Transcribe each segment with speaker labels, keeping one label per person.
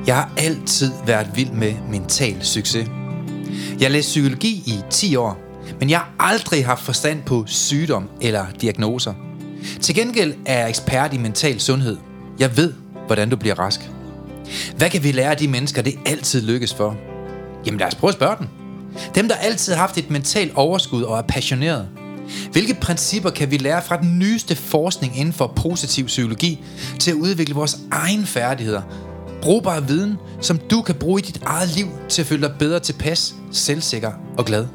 Speaker 1: Jeg har altid været vild med mental succes. Jeg læste psykologi i 10 år, men jeg har aldrig haft forstand på sygdom eller diagnoser. Til gengæld er jeg ekspert i mental sundhed. Jeg ved, hvordan du bliver rask. Hvad kan vi lære af de mennesker, det altid lykkes for? Jamen lad os prøve at spørge dem. Dem, der altid har haft et mentalt overskud og er passioneret. Hvilke principper kan vi lære fra den nyeste forskning inden for positiv psykologi til at udvikle vores egne færdigheder? Brugbar viden, som du kan bruge i dit eget liv til at føle dig bedre tilpas, selvsikker og glad.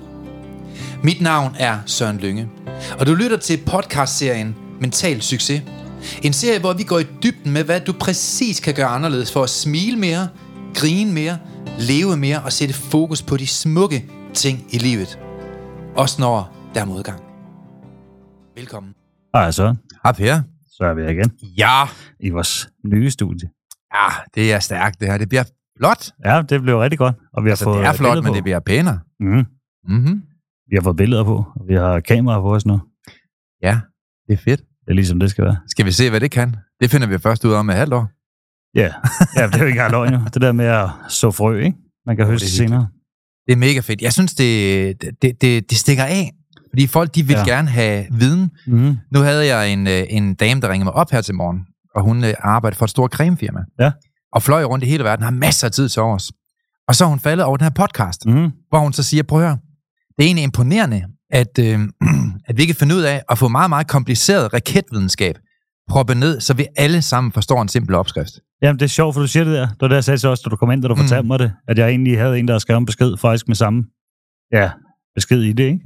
Speaker 1: Mit navn er Søren Lynge, og du lytter til podcastserien Mental Succes. En serie, hvor vi går i dybden med, hvad du præcis kan gøre anderledes for at smile mere, grine mere, leve mere og sætte fokus på de smukke ting i livet. Også når der er modgang. Velkommen.
Speaker 2: Hej Søren.
Speaker 1: Hej Per.
Speaker 2: Så er vi her igen.
Speaker 1: Ja.
Speaker 2: I vores nye studie.
Speaker 1: Ja, det er stærkt det her. Det bliver flot.
Speaker 2: Ja, det blev rigtig godt. Og vi har fået
Speaker 1: det er flot, men
Speaker 2: på.
Speaker 1: det bliver pænere.
Speaker 2: Mm-hmm. Vi har fået billeder på, og vi har kameraer på os nu.
Speaker 1: Ja, det er fedt.
Speaker 2: Det er ligesom det skal være.
Speaker 1: Skal vi se, hvad det kan? Det finder vi først ud af om et halvt år.
Speaker 2: Ja, det er jo ikke engang løgn jo. Det der med at så frø, ikke? Man kan høste senere.
Speaker 1: Det er mega fedt. Jeg synes, det stikker af. Fordi folk, de vil gerne have viden. Mm. Nu havde jeg en dame, der ringede mig op her til morgen, og hun arbejder for et stort cremefirma. Ja. Og fløj rundt i hele verden, har masser af tid til overs. Og så har hun faldet over den her podcast, hvor hun så siger, prøv at høre, det er egentlig imponerende, at vi kan finde ud af at få meget, meget kompliceret raketvidenskab proppet ned, så vi alle sammen forstår en simpel opskrift.
Speaker 2: Jamen, det er sjovt, for du siger det der. Det var det, jeg sagde til os, da du kom ind, da du fortalte mig det, at jeg egentlig havde en, der skrev en besked, faktisk med samme besked i det, ikke?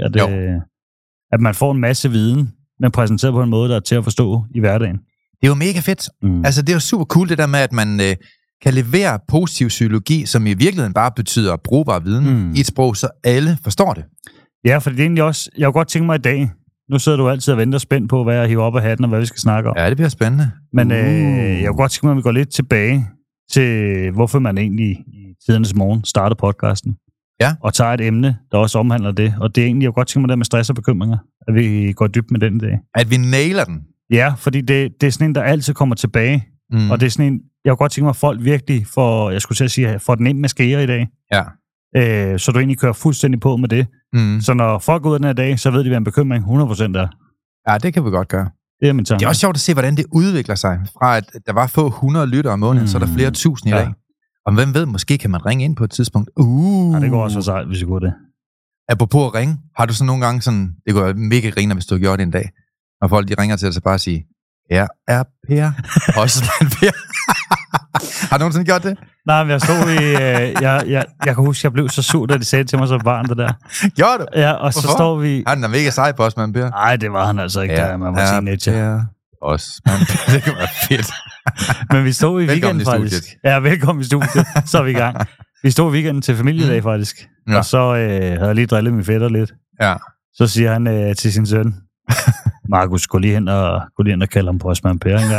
Speaker 2: At man får en masse viden, men præsenteret på en måde, der er til at forstå i hverdagen.
Speaker 1: Det er jo mega fedt. Altså, det er jo super cool, det der med, at man kan levere positiv psykologi, som i virkeligheden bare betyder brugbar viden i et sprog, så alle forstår det.
Speaker 2: Ja, for det er egentlig også, jeg kunne godt tænke mig i dag, nu sidder du altid og venter spændt på, hvad jeg hiver op af hatten, og hvad vi skal snakke om.
Speaker 1: Ja, det bliver spændende.
Speaker 2: Men jeg kunne godt tænke mig, at vi går lidt tilbage til, hvorfor man egentlig i tidernes morgen starter podcasten. Ja. Og tager et emne, der også omhandler det. Og det er egentlig, jeg kunne godt tænke mig det med stress og bekymringer, at vi går dybt med den i dag.
Speaker 1: At vi nailer den.
Speaker 2: Ja, fordi det er sådan en, der altid kommer tilbage. Og det er sådan en, jeg kunne godt tænke mig, at folk virkelig får, jeg skulle til at sige, får den ind med skære i dag. Ja. Så du egentlig kører fuldstændig på med det. Så når folk går ud af den her dag, så ved de, hvad en bekymring 100% er.
Speaker 1: Ja, det kan vi godt gøre.
Speaker 2: Det er min tanke.
Speaker 1: Det er også sjovt at se, hvordan det udvikler sig. Fra at der var få 100 lyttere om måneden, så er der flere tusind i dag. Og hvem ved, måske kan man ringe ind på et tidspunkt.
Speaker 2: Ja, det går også for sejt, hvis vi går det.
Speaker 1: Apropos at ringe, har du så nogle gange sådan, det går mega griner, hvis du har gjort det en dag, når folk de ringer til dig, så bare sige, ja, er Per. Også Per. Har du nogensinde gjort det?
Speaker 2: Nej, men jeg stod i... jeg kan huske, jeg blev så sur, da de sagde til mig som barn, det der.
Speaker 1: Gjorde du?
Speaker 2: Ja, og hvorfor? Så står vi...
Speaker 1: Han er mega sej på os, man, Per.
Speaker 2: Nej, det var han altså ikke, da man var teenager.
Speaker 1: Også, man. Det kan være fedt.
Speaker 2: Men vi stod i weekenden, faktisk. Ja, velkommen i studiet. Så er vi i gang. Vi stod i weekenden til familiedag, faktisk. Ja. Og så havde jeg lige drillet min fætter lidt. Ja. Så siger han til sin søn, Markus, gå lige hen og kalde ham Postman Per en gang.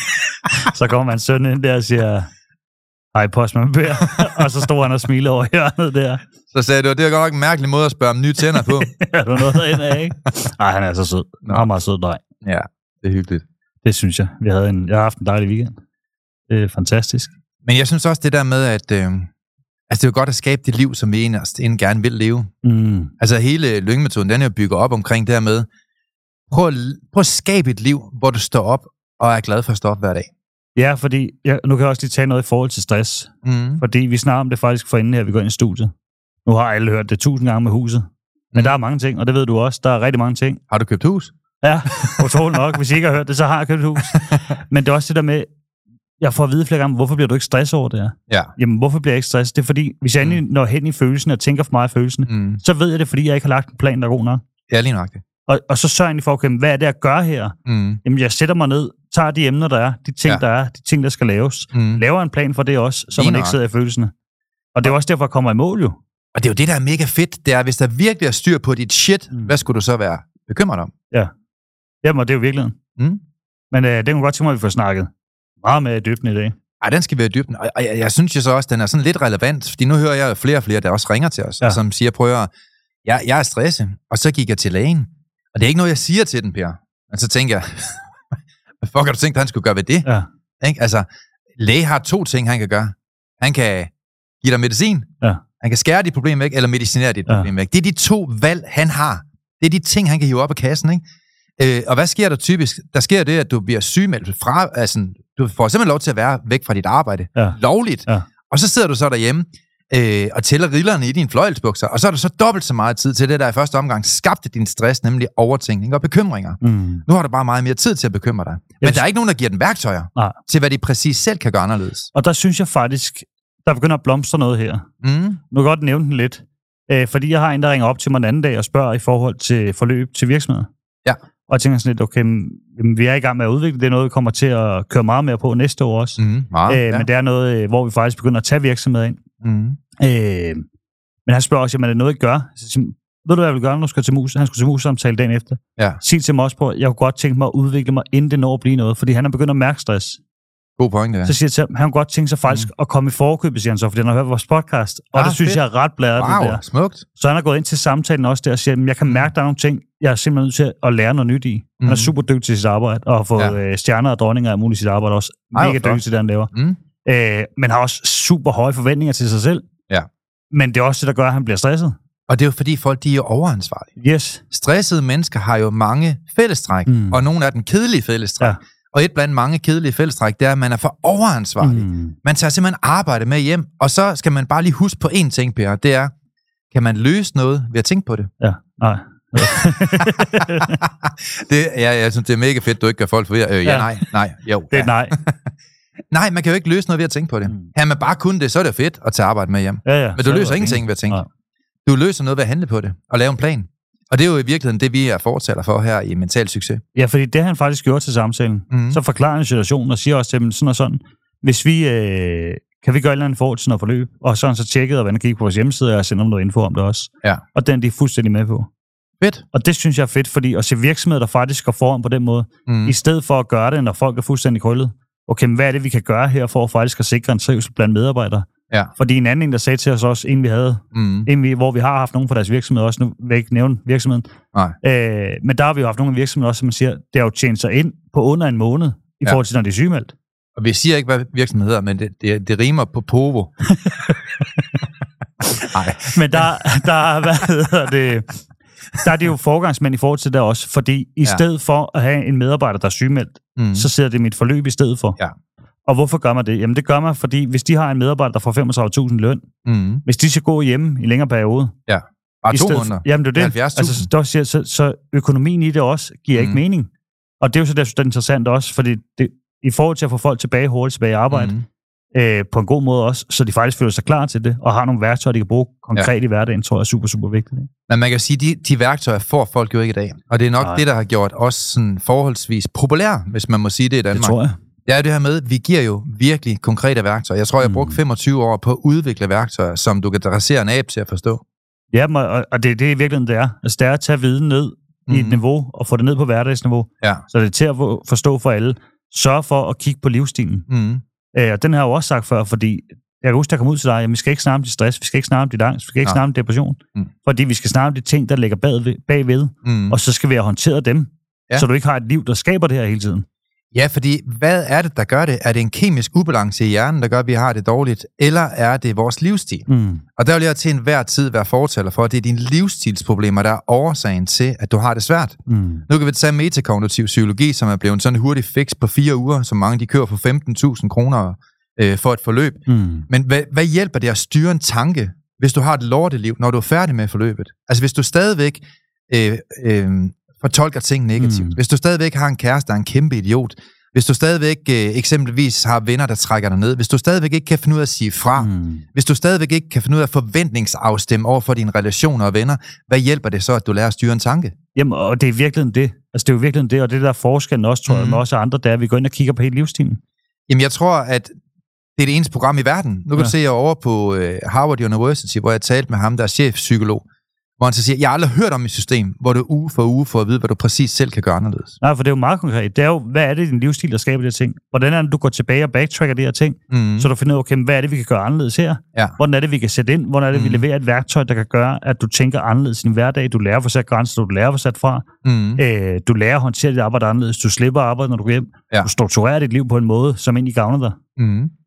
Speaker 2: Så kommer hans søn ind der og siger, hej Postman Per. Og så stod han og smilede over hjørnet der.
Speaker 1: Så sagde du, det er godt nok en mærkelig måde at spørge om nye tænder på.
Speaker 2: Ja, du er noget derinde af, ikke? Nej, han er så sød. Han er meget sød dreng.
Speaker 1: Ja, det er hyggeligt.
Speaker 2: Det synes jeg. Jeg har haft en dejlig weekend. Det er fantastisk.
Speaker 1: Men jeg synes også det der med, at det er jo godt at skabe det liv, som vi egentlig gerne vil leve. Altså hele Lynge-metoden, den er jo bygget op omkring det her med, prøv at skabe et liv, hvor du står op og er glad for at stå op hver dag.
Speaker 2: Ja, fordi, nu kan jeg også lige tage noget i forhold til stress. Fordi vi snakker om det faktisk for inden her, vi går ind i studiet. Nu har alle hørt det 1000 gange med huset. Men der er mange ting, og det ved du også. Der er rigtig mange ting.
Speaker 1: Har du købt hus?
Speaker 2: Ja, utroligt nok. Hvis I ikke har hørt det, så har jeg købt hus. Men det er også det der med, jeg får at vide flere gange, hvorfor bliver du ikke stresset over det her? Ja. Jamen, hvorfor bliver jeg ikke stresset? Det er fordi, hvis jeg endelig når hen i følelsen og tænker for meget i følelsen, så ved jeg det, fordi jeg ikke har lagt en plan, der er god nok.
Speaker 1: Ja, lige nok det.
Speaker 2: Og så sørger jeg egentlig for, okay, hvad er det, jeg gør her? Jamen, jeg sætter mig ned, tager de emner, der er, de ting, der er, de ting, der skal laves. Laver en plan for det også, så man ikke sidder i følelserne. Og det er også derfor, jeg kommer i mål jo. Og
Speaker 1: det er jo det, der er mega fedt, det er, hvis der virkelig er styr på dit shit, hvad skulle du så være bekymret om?
Speaker 2: Ja. Jamen, det er jo virkeligheden. Men det kunne godt tænke mig, at vi får snakket meget mere i dybden i dag.
Speaker 1: Ej, den skal være i dybden. Og jeg synes jo så også, den er sådan lidt relevant, fordi nu hører jeg flere og flere, der også ringer til os, og som siger, prøv at jeg er stresset, og så gik jeg til lægen. Og det er ikke noget, jeg siger til den, Per. Men så tænker jeg, hvad fuck har du tænkt, at han skulle gøre ved det? Ja. Ikke? Altså, læge har 2 ting, han kan gøre. Han kan give dig medicin.
Speaker 2: Ja.
Speaker 1: Han kan skære dit problem væk, eller medicinere dit problem væk. Det er de 2 valg, han har. Det er de ting, han kan hive op af kassen, ikke? Og hvad sker der typisk? Der sker det, at du bliver sygemeldt fra... Altså, du får simpelthen lov til at være væk fra dit arbejde. Lovligt. Ja. Og så sidder du så derhjemme og tæller rillerne i dine fløjelsbukser, og så er der så dobbelt så meget tid til det, der i første omgang skabte din stress, nemlig overtænkning og bekymringer. Nu har du bare meget mere tid til at bekymre dig. Men der er ikke nogen, der giver den værktøjer til, hvad de præcis selv kan gøre anderledes.
Speaker 2: Og der synes jeg faktisk, der begynder at blomstre noget her. Nu kan jeg godt nævne den lidt. Fordi jeg har en, der ringer op til mig en anden dag og spørger i forhold til forløb til virksomheder.
Speaker 1: Ja.
Speaker 2: Og jeg tænker sådan lidt, okay, vi er i gang med at udvikle. Det er noget, vi kommer til at køre meget mere på næste år også. Men det er noget, hvor vi faktisk begynder at tage virksomheder ind. Men han spørger også, jamen er det noget, I gør? Så siger, ved du, hvad jeg vil gøre, når du skal til mus? Han skulle til mus-samtale dagen efter.
Speaker 1: Ja.
Speaker 2: Sig til mig også på, at jeg kunne godt tænke mig at udvikle mig, inden det når at blive noget. Fordi han er begyndt at mærke stress.
Speaker 1: God pointe, ja.
Speaker 2: Så siger jeg til ham, han kunne godt tænke sig faktisk at komme i forkøbet, siger han så, fordi han har hørt vores podcast. Og det synes jeg er ret blæret, det der.
Speaker 1: Smukt.
Speaker 2: Så han har gået ind til samtalen også der og siger, at jeg kan mærke, at der er nogle ting, jeg er simpelthen nødt til at lære noget nyt i. Han er super dygtig til sit arbejde, og har fået stjerner og dronninger af muligt sit arbejde også. Mega dygtig til det, han laver. Men har også super høje forventninger til sig selv.
Speaker 1: Ja.
Speaker 2: Men det er også det, der gør, at han bliver stresset.
Speaker 1: Og det er jo fordi folk, de er overansvarlige.
Speaker 2: Yes.
Speaker 1: Stressede mennesker har jo mange fællestræk, og nogle af den kedelige fællestræk. Ja. Og et blandt mange kedelige fællestræk, det er, at man er for overansvarlig. Man tager simpelthen arbejde med hjem, og så skal man bare lige huske på én ting, Per. Det er, kan man løse noget ved at tænke på det?
Speaker 2: Ja, nej.
Speaker 1: Jeg synes, det er mega fedt, du ikke gør folk forvirret. Nej, jo.
Speaker 2: Det er nej.
Speaker 1: Nej, man kan jo ikke løse noget ved at tænke på det. Havde man bare kun det, så er det fedt at tage arbejde med hjem.
Speaker 2: Ja,
Speaker 1: men du løser ingenting ved at tænke. Du løser noget ved at handle på det, og lave en plan. Og det er jo i virkeligheden det, vi er fortaler for her i Mental Succes.
Speaker 2: Ja, fordi det har han faktisk gjort til samtalen. Så forklarer han situationen og siger også til dem sådan og sådan. Hvis vi kan vi gøre et eller andet forhold til noget forløb, og så har han så tjekket, og han kigger på vores hjemmeside, og sender dem noget info om det også.
Speaker 1: Ja.
Speaker 2: Og den de er fuldstændig med på.
Speaker 1: Fedt.
Speaker 2: Og det synes jeg er fedt, fordi at se virksomheder, der faktisk går foran på den måde, i stedet for at gøre det, når folk er fuldstændig krøllet. Okay, men hvad er det, vi kan gøre her for faktisk at sikre en trivsel blandt medarbejdere?
Speaker 1: Ja.
Speaker 2: Fordi en anden, der sagde til os også, inden vi havde, hvor vi har haft nogen fra deres virksomhed også, nu vil jeg ikke nævne virksomheden, men der har vi jo haft nogle virksomheder også, som siger, det har jo tjent sig ind på under en måned, i forhold til, når det er sygemeldt.
Speaker 1: Og vi siger ikke, hvad virksomheden hedder, men det rimer på Povo.
Speaker 2: Men hvad hedder det? Der er det jo forgangsmænd i forhold til det også, fordi i stedet for at have en medarbejder, der er sygemeldt, så sidder det i mit forløb i stedet for. Ja. Og hvorfor gør man det? Jamen det gør man, fordi hvis de har en medarbejder, der får 35.000 løn, hvis de skal gå hjemme i længere periode,
Speaker 1: bare 2 måneder,
Speaker 2: jamen det er det. Altså, så økonomien i det også giver ikke mening. Og det er jo så det, er interessant også, fordi det, i forhold til at få folk tilbage i arbejde, på en god måde også, så de faktisk føler sig klar til det, og har nogle værktøjer, de kan bruge konkret i hverdagen, tror jeg er super, super vigtigt.
Speaker 1: Men man kan jo sige, at de værktøjer får folk jo ikke i dag. Og det er nok det, der har gjort os sådan forholdsvis populære, hvis man må sige det i Danmark.
Speaker 2: Det tror jeg.
Speaker 1: Det er det her med, at vi giver jo virkelig konkrete værktøjer. Jeg tror, jeg har brugt 25 år på at udvikle værktøjer, som du kan dressere en app til at forstå.
Speaker 2: Ja, og det er virkelig det er. Altså, det er at tage viden ned i et niveau, og få det ned på hverdagsniveau. Ja. Så det er til at forstå for alle. Sørg for at kigge på livsstilen. Og den har jeg jo også sagt før, fordi jeg kan huske, der kom ud til dig, at vi skal ikke snakke om dit stress, vi skal ikke snakke om dit angst, vi skal ikke snakke om depression, fordi vi skal snakke om de ting, der ligger bagved, og så skal vi have håndteret dem, så du ikke har et liv, der skaber det her hele tiden.
Speaker 1: Ja, fordi hvad er det, der gør det? Er det en kemisk ubalance i hjernen, der gør, at vi har det dårligt, eller er det vores livsstil? Og der vil jeg til enhver tid være fortaler for, at det er dine livsstilsproblemer, der er årsagen til, at du har det svært. Nu kan vi tage metakognitiv psykologi, som er blevet sådan en hurtig fix på 4 uger, som mange de kører for 15.000 kroner for et forløb. Men hvad hjælper det at styre en tanke, hvis du har et lorteliv, når du er færdig med forløbet? Altså hvis du stadigvæk fortolker ting negativt, hvis du stadigvæk har en kæreste, der er en kæmpe idiot, hvis du stadigvæk eksempelvis har venner, der trækker dig ned, hvis du stadigvæk ikke kan finde ud af at sige fra, hvis du stadigvæk ikke kan finde ud af at forventningsafstemme over for dine relationer og venner, hvad hjælper det så, at du lærer at styre en tanke?
Speaker 2: Jamen, og det er virkelig det. Altså, det er jo virkelig det, og det der forskellen også, tror jeg, med også andre, der er, at vi går ind og kigger på hele livsstilen.
Speaker 1: Jamen, jeg tror, at det er det eneste program i verden. Nu kan du se, jeg over på Harvard University, hvor jeg talte med ham, der er chefpsykolog, hvor han så siger, jeg har aldrig hørt om et system, hvor du uge for uge får at vide, hvad du præcis selv kan gøre anderledes.
Speaker 2: Nej, for det er jo meget konkret. Det er jo, hvad er det i din livsstil, der skaber de her ting? Hvordan er det, du går tilbage og backtracker de her ting, så du finder ud af, okay, hvad er det, vi kan gøre anderledes her? Ja. Hvordan er det, vi kan sætte ind? Hvordan er det, vi leverer et værktøj, der kan gøre, at du tænker anderledes i din hverdag? Du lærer at få sat grænser, du lærer at få sat fra. Du lærer at håndtere dit arbejde anderledes. Du slipper arbejde, når du går hjem. Ja. Du strukturerer dit liv på en måde, som egentlig gavner dig.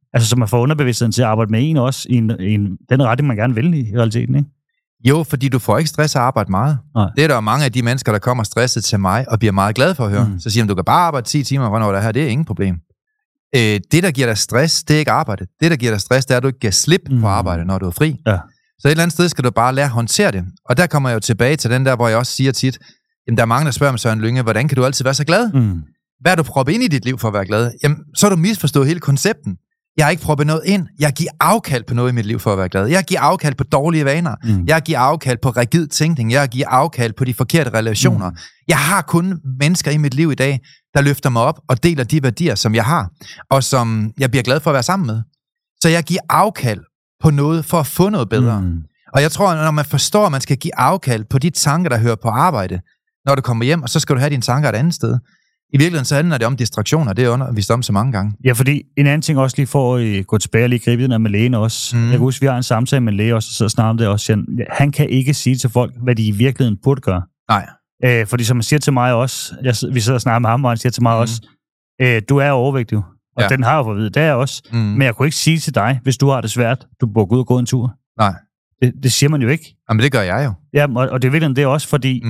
Speaker 2: Altså, så man får underbevidstheden til at arbejde med en også, i den retning, man gerne vil i realiteten, ikke?
Speaker 1: Jo, fordi du får ikke stress at arbejde meget. Nej. Det er der jo mange af de mennesker, der kommer stresset til mig, og bliver meget glade for at høre. Så siger de, du kan bare arbejde 10 timer, hvornår det her, det er ingen problem. Det, der giver dig stress, det er ikke arbejde. Det, der giver dig stress, det er, at du ikke giver slip på arbejde, når du er fri. Ja. Så et eller andet sted skal du bare lære at håndtere det. Og der kommer jeg jo tilbage til den der, hvor jeg også siger tit, jamen der er mange, der spørger mig, Søren Lynge, hvordan kan du altid være så glad? Hvad er du proppet ind i dit liv for at være glad? Jamen, så har du misforstået hele koncepten. Jeg har ikke proppet noget ind. Jeg giver afkald på noget i mit liv for at være glad. Jeg giver afkald på dårlige vaner. Jeg giver afkald på rigid tænkning. Jeg giver afkald på de forkerte relationer. Jeg har kun mennesker i mit liv i dag, der løfter mig op og deler de værdier, som jeg har, og som jeg bliver glad for at være sammen med. Så jeg giver afkald på noget for at få noget bedre. Og jeg tror, når man forstår, at man skal give afkald på de tanker, der hører på arbejde, når du kommer hjem, og så skal du have dine tanker et andet sted. I virkeligheden så handler det om distraktioner, det er undervist om så mange gange.
Speaker 2: Ja, fordi en anden ting også lige for at gå tilbage og lige gribe den med lægen også. Jeg kan huske, vi har en samtale med en læge også, og så snakker om det også. Han kan ikke sige til folk, hvad de i virkeligheden burde gøre.
Speaker 1: Nej.
Speaker 2: Fordi som han siger til mig også, vi sidder og snakker med ham, og han siger til mig også, du er overvægtig, og den har jeg fået at vide, det er jeg også. Men jeg kunne ikke sige til dig, hvis du har det svært, du burde gå ud og gå en tur.
Speaker 1: Nej.
Speaker 2: Det siger man jo ikke.
Speaker 1: Jamen, det gør jeg jo.
Speaker 2: Ja, og det er virkelig det også, fordi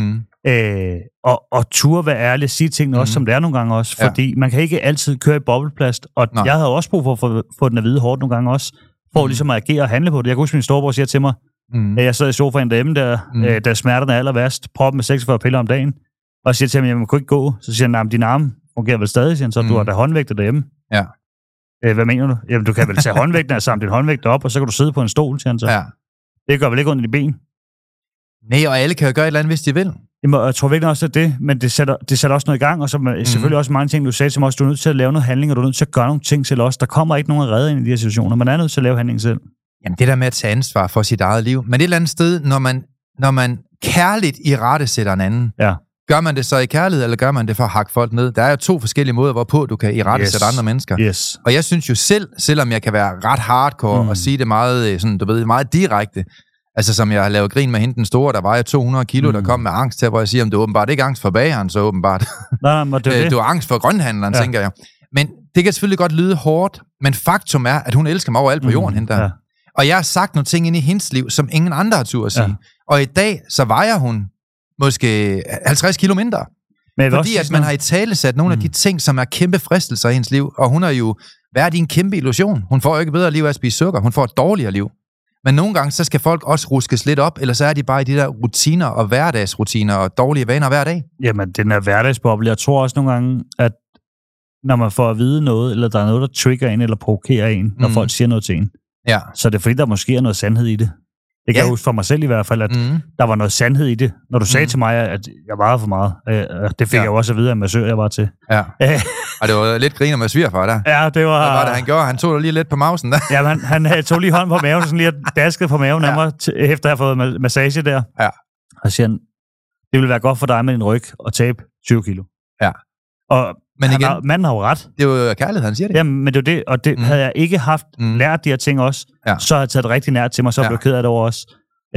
Speaker 2: og turde være ærlig og sige tingene også, som det er nogle gange også, fordi man kan ikke altid køre i bobleplast, og jeg havde også brug for at få den at vide hårdt nogle gange også, for ligesom at agere og handle på det. Jeg kan huske, min storebror siger til mig, jeg sad i sofaen derhjemme, der smerterne er aller værst, proppen med 46 piller om dagen, og siger til ham, jeg kunne ikke gå. Så siger han, nej, din arme fungerer vel stadig, siger han, så du har da håndvægter derhjemme.
Speaker 1: Ja.
Speaker 2: Hvad mener du? Jamen, du kan vel tage håndvægten og samle din håndvægter op, og så kan du sidde på en stol, siger han så. Ja. Det gør vel ikke ondt i de ben?
Speaker 1: Nej, og alle kan jo gøre et eller andet, hvis de vil.
Speaker 2: Jamen, jeg tror virkelig også, at det, men det sætter også noget i gang, og så selvfølgelig også mange ting, du sagde til mig også, du er nødt til at lave noget handling, og du er nødt til at gøre nogle ting selv også. Der kommer ikke nogen at redde ind i de her situationer. Man er nødt til at lave handling selv.
Speaker 1: Jamen, det der med at tage ansvar for sit eget liv. Men et eller andet sted, når man kærligt i rette sætter en anden, gør man det så i kærlighed, eller gør man det for at hakke folk ned? Der er jo 2 forskellige måder, hvorpå du kan i rette sætte andre mennesker.
Speaker 2: Yes.
Speaker 1: Og jeg synes jo selv, selvom jeg kan være ret hardcore og sige det meget, sådan, du ved, meget direkte, altså som jeg har lavet grin med hende den store, der vejer 200 kilo, der kom med angst til, hvor jeg siger, om det er åbenbart ikke angst for bageren, så åbenbart.
Speaker 2: Nej, men det
Speaker 1: du er angst for grønhandleren, tænker jeg. Men det kan selvfølgelig godt lyde hårdt, men faktum er, at hun elsker mig overalt på jorden, hende der. Ja. Og jeg har sagt nogle ting ind i hendes liv, som ingen andre har tur at sige. Ja. Og i dag, så vejer hun måske 50 kilo mindre. Men fordi at man har i tale sat nogle af de ting, som er kæmpe fristelser i hendes liv, og hun har jo været i en kæmpe illusion. Hun får jo ikke bedre liv af at spise sukker, hun får et dårligere liv. Men nogle gange, så skal folk også ruskes lidt op, eller så er de bare i de der rutiner og hverdagsrutiner og dårlige vaner hver dag.
Speaker 2: Jamen, den er hverdagsboble. Jeg tror også nogle gange, at når man får at vide noget, eller der er noget, der trigger en, eller provokerer en, når folk siger noget til en, så er det fordi, der måske er noget sandhed i det. Det kan jeg huske for mig selv i hvert fald, at der var noget sandhed i det. Når du sagde til mig, at jeg vejede for meget, det fik jeg jo også at vide af massør, jeg var til.
Speaker 1: Ja. Og det var lidt griner med svigerfar der.
Speaker 2: Ja, det var...
Speaker 1: Hvad var det, han gjorde? Han tog dig lige lidt på mausen der.
Speaker 2: Ja, han tog lige hånden på maven, sådan lige at daskede på maven af mig, efter at have fået massage der.
Speaker 1: Ja.
Speaker 2: Og siger han, det vil være godt for dig med din ryg at tabe 20 kilo.
Speaker 1: Ja.
Speaker 2: Og men igen, manden har jo ret.
Speaker 1: Det er jo kærlighed, han siger det.
Speaker 2: Jamen, men det er jo det, og det havde jeg ikke haft lært de her ting også, så havde jeg taget det rigtig nært til mig, så blev jeg ked af det over også.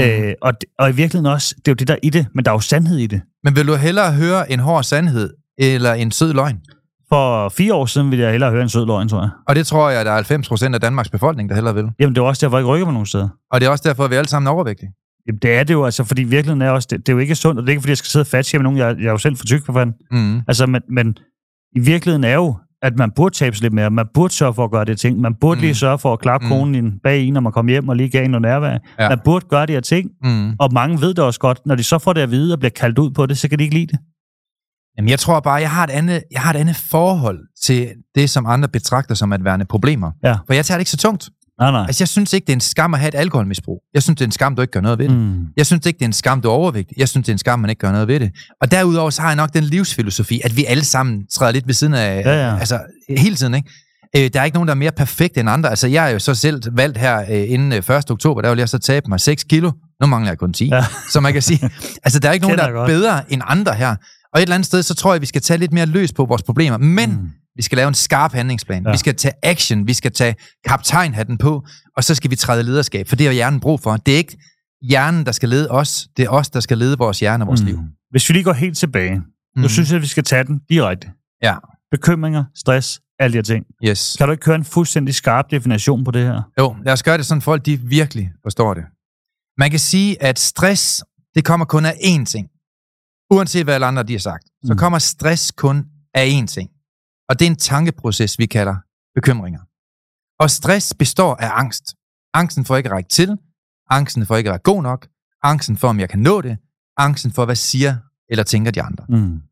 Speaker 2: Og i virkeligheden også, det er jo det der i det, men der er jo sandhed i det.
Speaker 1: Men vil du hellere høre en hård sandhed, eller en sød løgn?
Speaker 2: For 4 år siden ville jeg hellere høre en sød løgn, tror jeg.
Speaker 1: Og det tror jeg, at der er 90% af Danmarks befolkning, der hellere vil.
Speaker 2: Jamen, det er også derfor, jeg ikke rykker mig nogen steder.
Speaker 1: Og det er også derfor, at vi alle sammen er overvægtige.
Speaker 2: Jamen, det er det jo, altså, fordi virkeligheden er også, det er jo ikke sundt, og det er ikke, fordi jeg skal sidde og fatshame nogen, jeg er jo selv for tyk, for fanden. Altså, men i virkeligheden er jo, at man burde tabe sig lidt mere, man burde sørge for at gøre det ting, man burde lige sørge for at klappe konen bag en, når man kommer hjem og lige gav en noget nærvær. Ja. Man burde gøre de her ting, og mange ved det også godt. Når de så får det at vide og bliver kaldt ud på det, så kan de ikke lide det.
Speaker 1: Jamen, jeg tror bare, jeg har et andet forhold til det, som andre betragter som at værende problemer. Ja. For jeg tager det ikke så tungt.
Speaker 2: Nej.
Speaker 1: Altså, jeg synes ikke, det er en skam at have et alkoholmisbrug. Jeg synes, det er en skam, du ikke gør noget ved det. Jeg synes ikke, det er en skam, du er overvægtig. Jeg synes, det er en skam, man ikke gør noget ved det. Og derudover så har jeg nok den livsfilosofi, at vi alle sammen træder lidt ved siden af, altså hele tiden, ikke? Der er ikke nogen, der er mere perfekt end andre. Altså, jeg er jo så selv valgt her inden 1. oktober, der vil jeg så tabe mig 6 kilo. Nu mangler jeg kun 10. Ja. Så man kan sige, altså, der er ikke nogen, der er bedre end andre her. Og et eller andet sted, så tror jeg, vi skal tage lidt mere løs på vores problemer. Men vi skal lave en skarp handlingsplan. Ja. Vi skal tage action. Vi skal tage kaptajnhatten på. Og så skal vi træde lederskab. For det har hjernen brug for. Det er ikke hjernen, der skal lede os. Det er os, der skal lede vores hjerne og vores liv.
Speaker 2: Hvis vi lige går helt tilbage. Nu synes jeg, at vi skal tage den direkte.
Speaker 1: Ja.
Speaker 2: Bekymringer, stress, alle de her ting.
Speaker 1: Yes.
Speaker 2: Kan du ikke køre en fuldstændig skarp definition på det her?
Speaker 1: Jo, lad os gøre det sådan, folk de virkelig forstår det. Man kan sige, at stress, det kommer kun af én ting. Uanset hvad alle andre de har sagt, så kommer stress kun af én ting. Og det er en tankeproces, vi kalder bekymringer. Og stress består af angst. Angsten for ikke at række til, angsten for ikke at være god nok, angsten for, om jeg kan nå det, angsten for, hvad siger eller tænker de andre.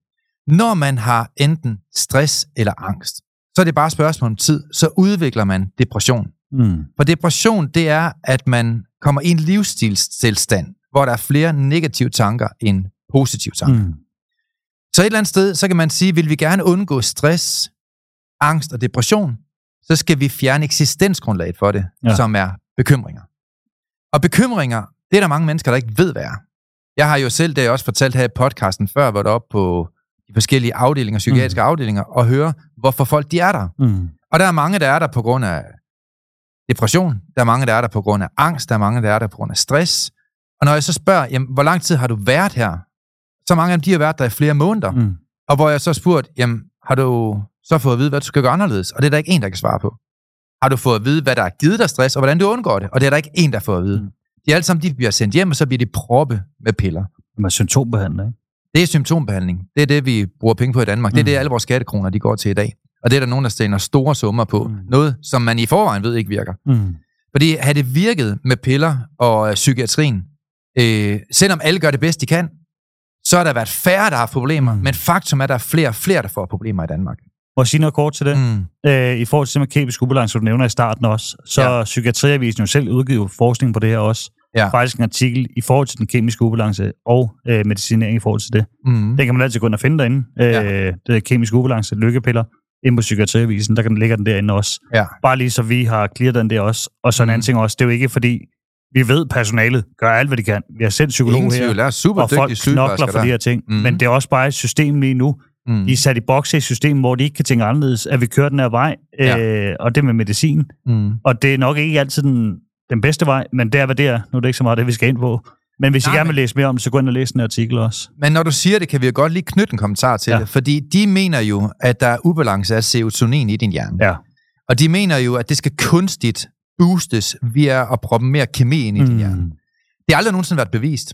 Speaker 1: Når man har enten stress eller angst, så er det bare et spørgsmål om tid, så udvikler man depression. For depression, det er, at man kommer i en livsstilstilstand, hvor der er flere negative tanker end positive tanker. Så et eller andet sted, så kan man sige, vil vi gerne undgå stress, angst og depression, så skal vi fjerne eksistensgrundlaget for det, som er bekymringer. Og bekymringer, det er der mange mennesker, der ikke ved, hvad er. Jeg har jo selv, det jeg også fortalt her i podcasten før, hvor der oppe på de forskellige afdelinger, psykiatriske afdelinger, og høre, hvorfor folk de er der. Og der er mange, der er der på grund af depression, der er mange, der er der på grund af angst, der er mange, der er der på grund af stress. Og når jeg så spørger, jamen, hvor lang tid har du været her? Så mange af dem, de har været der i flere måneder. Og hvor jeg så spurgt, jamen, har du så fået at vide, hvad du skal gøre anderledes? Og det er der ikke en, der kan svare på. Har du fået at vide, hvad der har givet dig stress, og hvordan du undgår det? Og det er der ikke en, der får at vide. De alle sammen, de bliver sendt hjem, og så bliver de proppe med piller.
Speaker 2: Med symptombehandling.
Speaker 1: Det er symptombehandling. Det er det, vi bruger penge på i Danmark. Det er det, alle vores skattekroner, de går til i dag. Og det er der nogen, der stiller store summer på. Noget, som man i forvejen ved ikke virker. Fordi havde det virket med piller og psykiatrien, selvom alle gør det bedst, de kan, så har der været færre, der har problemer. Men faktum er, at der er flere og flere, der får problemer i Danmark.
Speaker 2: Må jeg sige noget kort til det? I forhold til kemisk ubalance, du nævner i starten også, så Psykiatriavisen jo selv udgivet forskning på det her også. Faktisk en artikel i forhold til den kemiske ubalance og medicinering i forhold til det. Den kan man altid gå ind og finde derinde. Det er kemisk ubalance, lykkepiller, inde på Psykiatriavisen, der ligger den derinde også. Bare lige så vi har clearet den der også. Og så en anden ting også, det er jo ikke fordi, vi ved, personalet gør alt, hvad de kan. Vi har selv psykolog her, og folk knokler for de her ting. Men det er også bare et system lige nu. De er sat i bokse i systemet, hvor de ikke kan tænke anderledes, at vi kører den her vej, og det med medicin. Og det er nok ikke altid den bedste vej, men det er, hvad det er. Nu er det ikke så meget det, vi skal ind på. Men hvis I gerne vil læse mere om det, så gå ind og læse den artikel også. Men
Speaker 1: når du siger det, kan vi jo godt lige knytte en kommentar til det, fordi de mener jo, at der er ubalance af serotonin i din hjerne. Og de mener jo, at det skal kunstigt boostes via at proppe mere kemi ind i din hjerne. Det har aldrig nogensinde været bevist,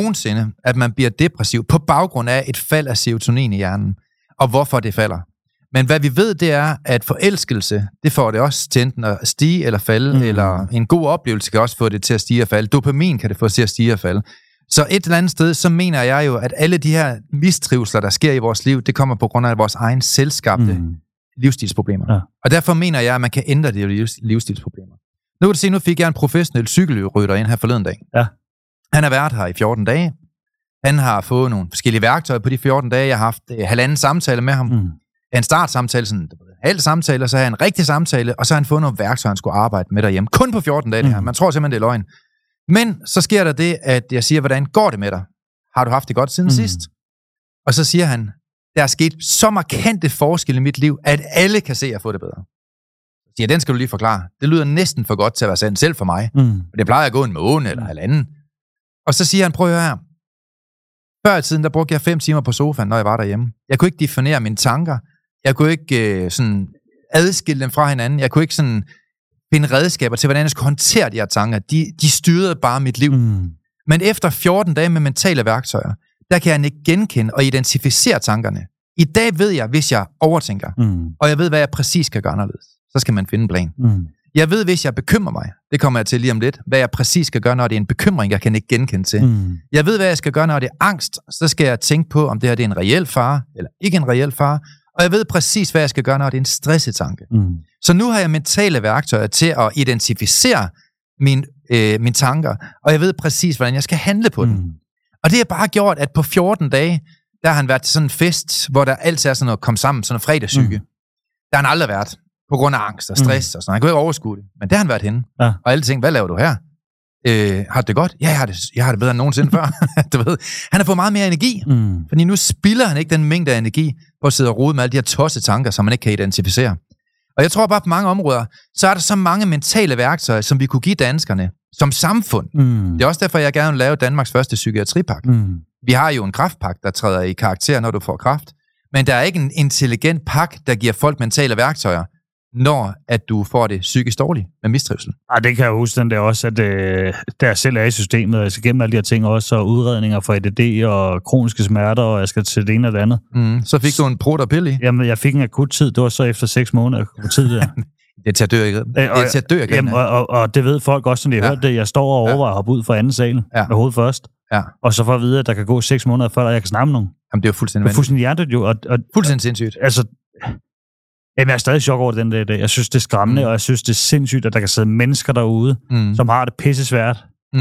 Speaker 1: at man bliver depressiv på baggrund af et fald af serotonin i hjernen, og hvorfor det falder. Men hvad vi ved, det er, at forelskelse, det får det også til enten at stige eller falde, eller en god oplevelse kan også få det til at stige og falde. Dopamin kan det få til at stige og falde. Så et eller andet sted, så mener jeg jo, at alle de her mistrivsler, der sker i vores liv, det kommer på grund af vores egen selvskabte livsstilsproblemer. Og derfor mener jeg, at man kan ændre de livsstilsproblemer. Nu kan du se, nu fik jeg en professionel cykelrytter ind her forleden dag. Han har været her i 14 dage. Han har fået nogle forskellige værktøjer på de 14 dage. Jeg har haft halvanden samtale med ham. En startsamtale, sådan en halv samtale, og så har en rigtig samtale, og så har han fået nogle værktøjer, han skulle arbejde med derhjemme. Kun på 14 dage det her. Man tror simpelthen, det er løgn. Men så sker der det, at jeg siger, hvordan går det med dig? Har du haft det godt siden sidst? Og så siger han, der er sket så markante forskelle i mit liv, at alle kan se, at jeg får det bedre. Ja, den skal du lige forklare. Det lyder næsten for godt til at være sandt selv for mig. Det plejer at gå en måned eller halvanden. Og så siger han, prøv at høre her. Før i tiden, der brugte jeg 5 timer på sofaen, når jeg var derhjemme. Jeg kunne ikke definere mine tanker. Jeg kunne ikke sådan adskille dem fra hinanden. Jeg kunne ikke sådan finde redskaber til, hvordan jeg skulle håndtere de her tanker. De styrede bare mit liv. Men efter 14 dage med mentale værktøjer, der kan jeg ikke genkende og identificere tankerne. I dag ved jeg, hvis jeg overtænker, og jeg ved, hvad jeg præcis skal gøre anderledes, så skal man finde en plan. Jeg ved, hvis jeg bekymrer mig, det kommer jeg til lige om lidt, hvad jeg præcis skal gøre, når det er en bekymring, jeg kan ikke genkende til. Jeg ved, hvad jeg skal gøre, når det er angst, så skal jeg tænke på, om det her det er en reel fare, eller ikke en reel fare, og jeg ved præcis, hvad jeg skal gøre, når det er en stressetanke. Så nu har jeg mentale værktøjer til at identificere mine tanker, og jeg ved præcis, hvordan jeg skal handle på dem. Og det har bare gjort, at på 14 dage, der har han været til sådan en fest, hvor der altid er sådan noget kom sammen, sådan noget fredagssyge. Der har han aldrig været, på grund af angst og stress og sådan. Han kunne ikke overskue det, men der har han været henne. Og alle tænkte, hvad laver du her? Har du det godt? Ja, jeg har det bedre end nogensinde før. Du ved. Han har fået meget mere energi, fordi nu spilder han ikke den mængde af energi på at sidde og rode med alle de her tosse tanker, som man ikke kan identificere. Og jeg tror bare på mange områder, så er der så mange mentale værktøjer, som vi kunne give danskerne som samfund. Det er også derfor, jeg gerne vil lave Danmarks første psykiatripakke. Vi har jo en kræftpakke, der træder i karakter, når du får kræft. Men der er ikke en intelligent pakke, der giver folk mentale værktøjer, når at du får det psykisk dårligt med mistrivsel.
Speaker 2: Ej, det kan jeg huske, den der også, at der selv er i systemet, og jeg skal gennem alle de her ting også, og udredninger for EDD og kroniske smerter, og jeg skal til det ene eller det andet.
Speaker 1: Så fik du en prut og pille i?
Speaker 2: Jamen, jeg fik en akut tid. Det var så efter 6 måneder, jeg kunne tid der.
Speaker 1: Det er til at dø igen. Det er til at dø igen.
Speaker 2: Jamen, og det ved folk også, som de har hørt det. Jeg står og overvejer at hoppe ud fra anden salen med hovedet først. Ja. Og så for at vide, at der kan gå 6 måneder før, jeg kan snakke med nogen.
Speaker 1: Jamen, det er jo fuldstændig
Speaker 2: hjertet jo. Og
Speaker 1: fuldstændig sindssygt.
Speaker 2: Altså, jeg er stadig i chok over den der dag. Jeg synes, det er skræmmende, og jeg synes, det er sindssygt, at der kan sidde mennesker derude, som har det pisse svært.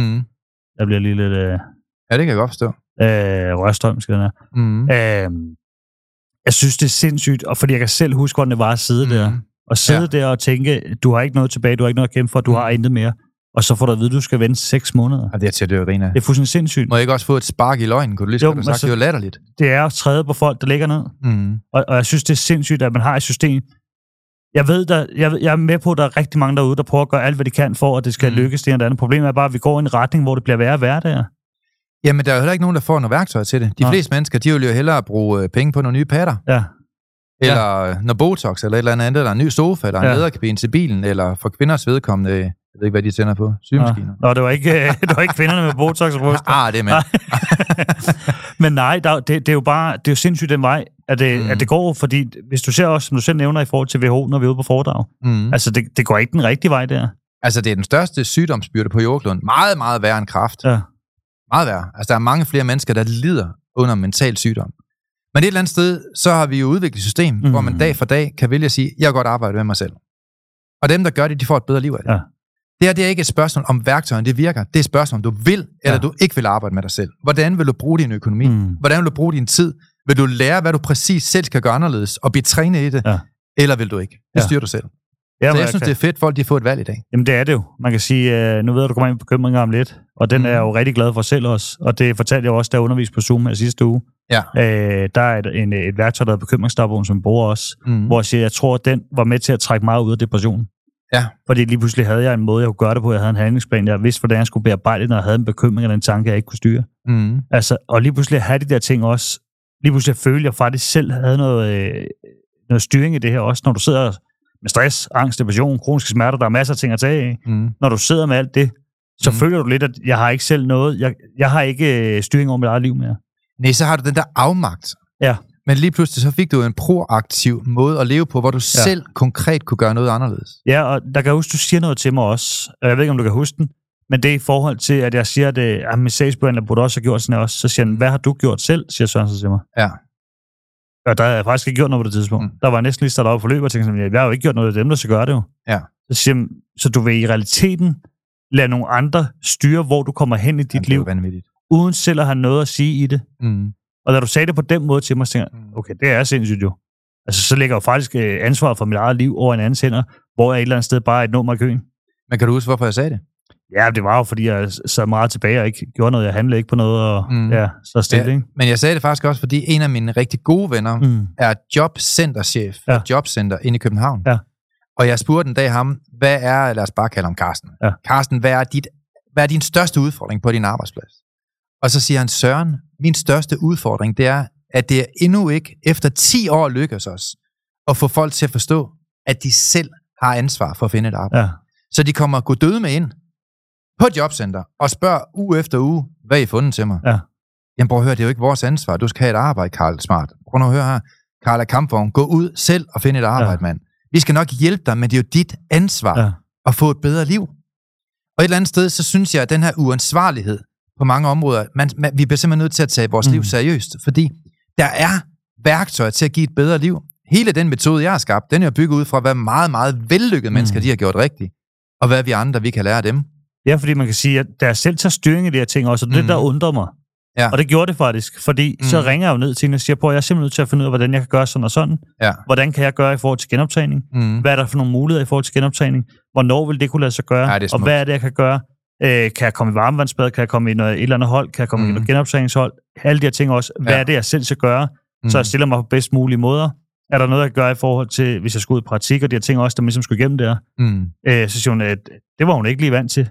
Speaker 2: Jeg bliver lige lidt...
Speaker 1: Ja, det kan jeg godt forstå.
Speaker 2: Rørstrøm, skal den her. Jeg synes, det er sindssygt, og fordi jeg kan selv huske, hvordan det var at sidde der. Og sidde der og tænke, du har ikke noget tilbage, du har ikke noget at kæmpe for, du har intet mere. Og så får du at vide, at du skal vente 6 måneder.
Speaker 1: Ja, det er til at dø, Rina.
Speaker 2: Det er fuldstændig sindssygt.
Speaker 1: Må jeg ikke også få et spark i løgnen? Kunne du lige så sagt, det er jo latterligt.
Speaker 2: Det er også træde på folk, der ligger ned. Og jeg synes, det er sindssygt, at man har et system. Jeg er med på, at der er rigtig mange derude, der prøver at gøre alt, hvad de kan for, at det skal lykkes. Det andet. Problemet er bare, at vi går i en retning, hvor det bliver værre og værre der.
Speaker 1: Jamen, der er jo heller ikke nogen, der får noget værktøj til det. De fleste mennesker, de vil jo hellere bruge penge på nogle nye patter. Ja. Eller noget Botox, eller et eller andet, eller en ny sofa, eller en lederkabine til bilen, eller for kvinders vedkommende, jeg ved ikke, hvad de tænder på, sygemaskiner.
Speaker 2: Nå, det var ikke kvinderne med Botox og bryster.
Speaker 1: Det er med.
Speaker 2: Men nej, det er jo bare, det er jo sindssygt den vej, at det går, fordi hvis du ser også, som du selv nævner i forhold til WHO, når vi er ude på foredrag, altså det går ikke den rigtige vej der. Altså
Speaker 1: det er den største sygdomsbyrde på jordkloden. Meget, meget værre end kræft. Ja. Meget værre. Altså der er mange flere mennesker, der lider under mental sygdom. Men et eller andet sted, så har vi jo udviklet et system, hvor man dag for dag kan vælge at sige, jeg vil godt arbejde med mig selv. Og dem, der gør det, de får et bedre liv af det. Ja. Det er ikke et spørgsmål om værktøjen, det virker. Det er et spørgsmål, om du vil, eller du ikke vil arbejde med dig selv. Hvordan vil du bruge din økonomi? Hvordan vil du bruge din tid? Vil du lære, hvad du præcis selv skal gøre anderledes, og blive trænet i det? Ja. Eller vil du ikke? Det styrer du selv. Ja, så jeg synes, det er fedt, folk de får et valg i dag.
Speaker 2: Jamen det er det jo. Man kan sige, nu ved jeg, du kommer ind på bekymringer om lidt, og den er jeg jo rigtig glad for selv også. Og det fortalte jeg også, da jeg underviste på Zoom her sidste uge. Ja. Der er et værktøj, der er bekymringsdagbogen, som bruger også, hvor jeg siger, jeg tror, at den var med til at trække mig ud af depressionen. Ja. Fordi lige pludselig havde jeg en måde, jeg kunne gøre det på. Jeg havde en handlingsplan. Jeg vidste, hvordan jeg skulle bearbejde, når jeg havde en bekymring eller en tanke, jeg ikke kunne styre. Altså, og lige pludselig have de der ting også. Lige pludselig følte jeg faktisk selv havde noget styring i det her også, når du sidder med stress, angst, depression, kroniske smerter, der er masser af ting at tage af. Når du sidder med alt det, så føler du lidt, at jeg har ikke selv noget, jeg har ikke styring over mit eget liv mere.
Speaker 1: Nej, så har du den der afmagt. Ja. Men lige pludselig så fik du en proaktiv måde at leve på, hvor du selv konkret kunne gøre noget anderledes.
Speaker 2: Ja, og der kan jeg huske, du siger noget til mig også. Jeg ved ikke, om du kan huske den, men det er i forhold til, at jeg siger, at min sagsbehandler burde også have gjort sådan også. Så siger han, hvad har du gjort selv, siger Sørensen til mig. Ja. Og der havde jeg faktisk ikke gjort noget på det tidspunkt. Der var næsten lige startet op for løb, og tænkte sådan, jeg har jo ikke gjort noget af dem, der skal gøre det jo. Ja. Så siger han, så du vil i realiteten lade nogle andre styre, hvor du kommer hen i dit liv, uden selv at have noget at sige i det. Og da du sagde det på den måde til mig, så tænkte jeg, okay, det er sindssygt jo. Altså, så ligger jo faktisk ansvaret for mit eget liv over en andens hænder, hvor jeg et eller andet sted bare er et nummer i køen.
Speaker 1: Men kan du huske, hvorfor jeg sagde det?
Speaker 2: Ja, det var jo, fordi jeg sad meget tilbage og ikke gjorde noget. Jeg handlede ikke på noget, og så stille, ikke?
Speaker 1: Men jeg sagde det faktisk også, fordi en af mine rigtig gode venner er jobcenterchef for Jobcenter inde i København. Ja. Og jeg spurgte en dag ham, hvad er, lad os bare kalde ham Carsten. Ja. Carsten, hvad er din største udfordring på din arbejdsplads? Og så siger han, Søren, min største udfordring, det er, at det endnu ikke efter 10 år lykkes os at få folk til at forstå, at de selv har ansvar for at finde et arbejde. Ja. Så de kommer gå døde med ind på et jobcenter og spørger uge efter uge, hvad I fundet til mig? Ja. Jamen prøv at høre, det er jo ikke vores ansvar. Du skal have et arbejde, Karl Smart. Prøv at høre her. Karl er kampvogn. Gå ud selv og finde et arbejde, mand. Vi skal nok hjælpe dig, men det er jo dit ansvar at få et bedre liv. Og et eller andet sted, så synes jeg, at den her uansvarlighed på mange områder, vi bliver simpelthen nødt til at tage vores liv seriøst, fordi der er værktøjer til at give et bedre liv. Hele den metode, jeg har skabt, den er bygget ud fra, hvad meget, meget vellykkede mennesker de har gjort rigtigt, og hvad vi andre, vi kan lære af dem.
Speaker 2: Ja, fordi man kan sige, at der er selv tager styring i de her ting også, og det der undrer mig. Ja. Og det gjorde det faktisk, fordi så ringer jeg jo ned til hende og siger, jeg er simpelthen nødt til at finde ud af, hvordan jeg kan gøre sådan og sådan. Ja. Hvordan kan jeg gøre i forhold til genoptagning? Hvad er der for nogle muligheder i forhold til genoptagning? Hvornår vil det kunne lade sig gøre? Ja, og hvad er det, jeg kan gøre? Kan jeg komme i varmevandsbad? Kan jeg komme i et eller andet hold? Kan jeg komme i noget genoptagningshold? Alle de her ting også. Hvad er det, jeg selv skal gøre? Så jeg stiller mig på bedst mulige måder. Er der noget, jeg kan gøre i forhold til, hvis jeg skulle ud i praktik, og de her ting også, der ligesom skulle igennem der? Så siger hun, at det var hun ikke lige vant til.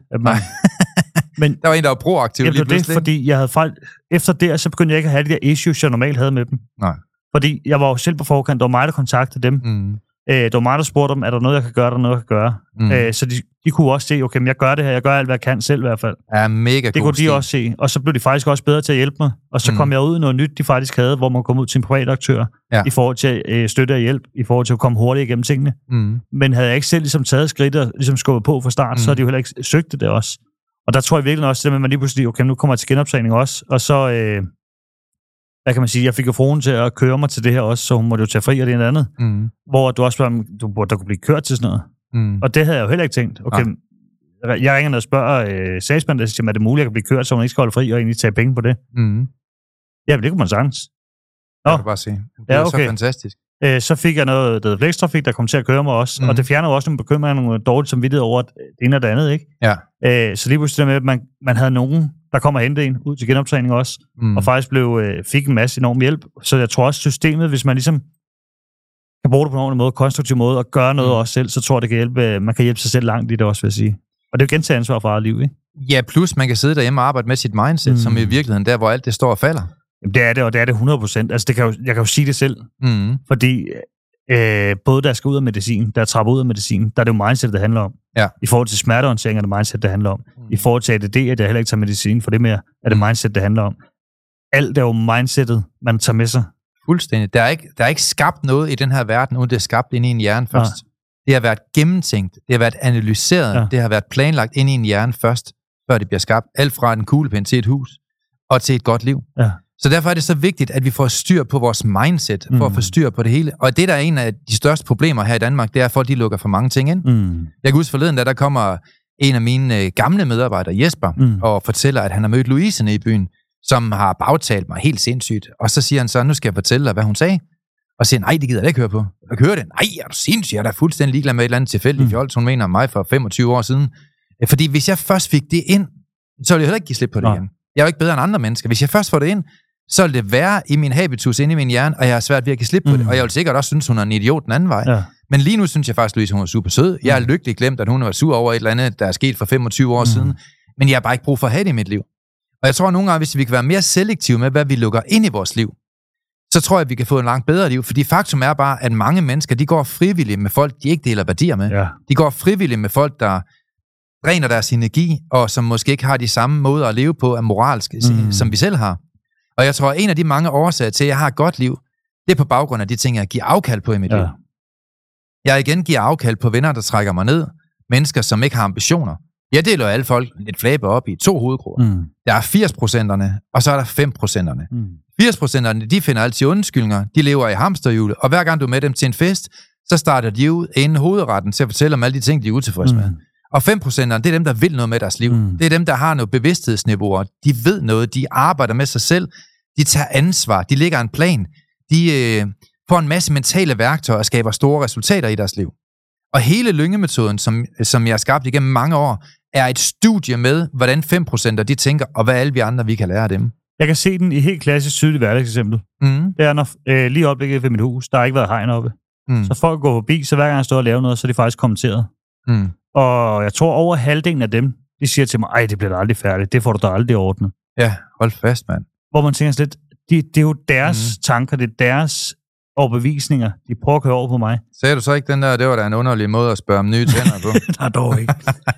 Speaker 1: Men der var en, der var proaktiv lige pludselig.
Speaker 2: Det, fordi jeg havde efter det, så begyndte jeg ikke at have de der issues, jeg normalt havde med dem. Nej. Fordi jeg var jo selv på forkant, det var mig, der kontaktede dem. Det var mig, der spurgte dem, er der noget, jeg kan gøre, der er noget, jeg kan gøre. Så de kunne også se, okay, men jeg gør det her, jeg gør alt, hvad jeg kan selv i hvert fald.
Speaker 1: Ja, mega
Speaker 2: det kunne de også se, og så blev de faktisk også bedre til at hjælpe mig. Og så kom jeg ud i noget nyt, de faktisk havde, hvor man kom ud til en privat aktør, i forhold til støtte og hjælp, i forhold til at komme hurtigt igennem tingene. Men havde jeg ikke selv ligesom taget skridt og ligesom skubbet på fra start, så havde de jo heller ikke søgt det også. Og der tror jeg virkelig også, at man lige pludselig, okay, nu kommer jeg til genoptræning også, og så, hvad kan man sige, jeg fik jo fruen til at køre mig til det her også, så hun måtte jo tage fri og det ene andet, hvor du også spørger, der kunne blive kørt til sådan noget. Og det havde jeg jo heller ikke tænkt. Okay, jeg ringer ned og spørger sagsmanden, der siger, er det muligt, at jeg kan blive kørt, så hun ikke skal holde fri og egentlig tage penge på det? Ja, men det kunne man sagtens.
Speaker 1: Det kan du bare sige. Det er så fantastisk.
Speaker 2: Så fik jeg noget, der hedder flextrafik, der kom til at køre mig også, og det fjerner jo også nogle bekymringer, nogle dårligt samvittighed over det ene og det andet, ikke?
Speaker 1: Ja.
Speaker 2: Så lige pludselig med, at man havde nogen, der kom og hente en ud til genoptræning også, og faktisk fik en masse enorm hjælp. Så jeg tror også, systemet, hvis man ligesom kan bruge det på en ordentlig måde, konstruktiv måde, og gøre noget også selv, så tror jeg, det kan hjælpe, man kan hjælpe sig selv langt i det også, vil jeg sige. Og det er jo gentage ansvar for eget liv, ikke?
Speaker 1: Ja, plus man kan sidde derhjemme og arbejde med sit mindset, som i virkeligheden der, hvor alt det står og falder.
Speaker 2: Jamen, det er det, og det er det 100%. Altså, jeg kan jo sige det selv, fordi både der skal ud af medicin, der trapper ud af medicin, der er det jo mindset, det handler om.
Speaker 1: Ja.
Speaker 2: I forhold til smertehåndtering er det mindset, det handler om. I forhold til ADD, at jeg heller ikke tager medicin for det mere, er det mindset, det handler om. Alt er jo mindsetet, man tager med sig.
Speaker 1: Fuldstændig. Der er ikke skabt noget i den her verden, uden det er skabt ind i en hjerne først. Det har været gennemtænkt, det har været analyseret, det har været planlagt ind i en hjerne først, før det bliver skabt. Alt fra en kuglepen til et hus, og til et godt liv.
Speaker 2: Ja.
Speaker 1: Så derfor er det så vigtigt, at vi får styr på vores mindset, for at få styr på det hele. Og det, der er en af de største problemer her i Danmark, det er, at folk de lukker for mange ting ind. Jeg kan huske forleden, der kommer en af mine gamle medarbejdere, Jesper, og fortæller, at han har mødt Louise nede i byen, som har bagtalt mig helt sindssygt. Og så siger han så, nu skal jeg fortælle dig, hvad hun sagde. Og siger, nej, det gider jeg ikke høre på. Jeg kan høre det. Nej, er du sindssygt? Jeg er da fuldstændig ligeglad med et eller andet tilfældigt fjols, hun mener om mig for 25 år siden. Fordi hvis jeg først fik det ind, så ville jeg heller ikke give slip på det igen. Jeg er jo ikke bedre end andre mennesker. Hvis jeg først får det ind, så vil det være i min habitus, inde i min hjerne, og jeg har svært ved at give slip på det. Og jeg vil sikkert også synes, hun er en idiot den anden vej. Ja. Men lige nu synes jeg faktisk, Louise, hun er super sød. Jeg er lykkelig glemt, at hun var sur over et eller andet, der er sket for 25 år siden. Men jeg har bare ikke brug for at have det i mit liv. Og jeg tror nogle gange, hvis vi kan være mere selektive med, hvad vi lukker ind i vores liv, så tror jeg, at vi kan få en langt bedre liv. Fordi faktum er bare, at mange mennesker, de går frivilligt med folk, de ikke deler værdier med. Ja. De går frivilligt med folk, der dræner deres energi, og som måske ikke har de samme måder at leve på af moralsk, som vi selv har. Og jeg tror, at en af de mange årsager til, at jeg har et godt liv, det er på baggrund af de ting, jeg giver afkald på i mit liv. Jeg igen giver afkald på venner, der trækker mig ned. Mennesker, som ikke har ambitioner. Jeg deler alle folk lidt flæbe op i 2 hovedgrupper. Der er 80%'erne, og så er der 5%'erne. 80%'erne, de finder altid undskyldninger. De lever i hamsterhjulet, og hver gang du er med dem til en fest, så starter de ud inden hovedretten til at fortælle om alle de ting, de er utilfredse med. Og 5%'erne, det er dem, der vil noget med deres liv. Det er dem, der har noget bevidsthedsniveauer. De ved noget, de arbejder med sig selv. De tager ansvar, de lægger en plan. De får en masse mentale værktøjer og skaber store resultater i deres liv. Og hele Lynge-metoden, som jeg har skabt igennem mange år, er et studie med, hvordan 5% de tænker, og hvad alle vi andre, vi kan lære af dem.
Speaker 2: Jeg kan se den i helt klassisk tydeligt hverdagseksempel. Det er, når lige oplægget ved mit hus, der har ikke været hegn oppe. Så folk går forbi, så hver gang jeg står og laver noget, så er de faktisk kommenteret. Og jeg tror, over halvdelen af dem, de siger til mig, ej, det bliver da aldrig færdigt, det får du da aldrig ordnet.
Speaker 1: Ja, hold fast, mand.
Speaker 2: Hvor man tænker lidt, det er jo deres tanker, det er deres overbevisninger, de prøver at køre over på mig.
Speaker 1: Sagde du så ikke den der, det var da en underlig måde at spørge om nye tænder på?
Speaker 2: Nej, dog ikke.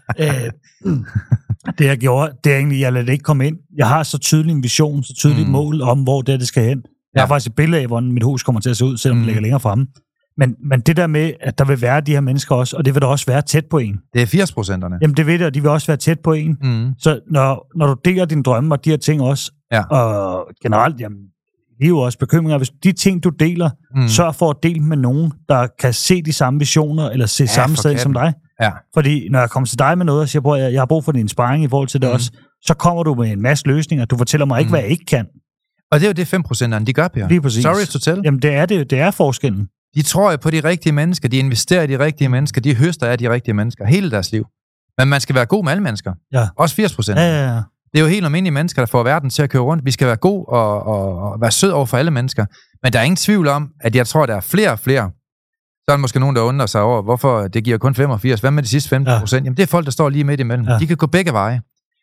Speaker 2: Det jeg gjorde, det er egentlig, jeg lader det ikke komme ind. Jeg har så tydelig en vision, så tydelig mål om, hvor det skal hen. Jeg har faktisk et billede af, hvordan mit hus kommer til at se ud, selvom det ligger længere fremme. Men det der med, at der vil være de her mennesker også, og det vil der også være tæt på en.
Speaker 1: Det er 80%'erne.
Speaker 2: Jamen det ved det, og de vil også være tæt på en. Så når du deler dine drømme og de her ting også, og generelt, jamen, det er jo også bekymringer. Hvis de ting, du deler, sørg for at dele med nogen, der kan se de samme visioner, eller se samme sted som dig.
Speaker 1: Ja.
Speaker 2: Fordi når jeg kommer til dig med noget og siger, at jeg har brug for din sparring i forhold til det også, så kommer du med en masse løsninger. Du fortæller mig ikke, hvad jeg ikke kan.
Speaker 1: Og det er jo det 5%'erne, de gør, Per.
Speaker 2: Lige præcis.
Speaker 1: Sorry to tell.
Speaker 2: Jamen det er forskellen.
Speaker 1: De tror jo på de rigtige mennesker, de investerer i de rigtige mennesker, de høster af de rigtige mennesker hele deres liv. Men man skal være god med alle mennesker. Ja. Også 80%.
Speaker 2: Ja.
Speaker 1: Det er jo helt almindelige mennesker, der får verden til at køre rundt. Vi skal være god og være sød over for alle mennesker. Men der er ingen tvivl om, at jeg tror, der er flere og flere. Så er der måske nogen, der undrer sig over, hvorfor det giver kun 85. Hvad med de sidste 15%? Jamen det er folk, der står lige midt imellem. Ja. De kan gå begge veje.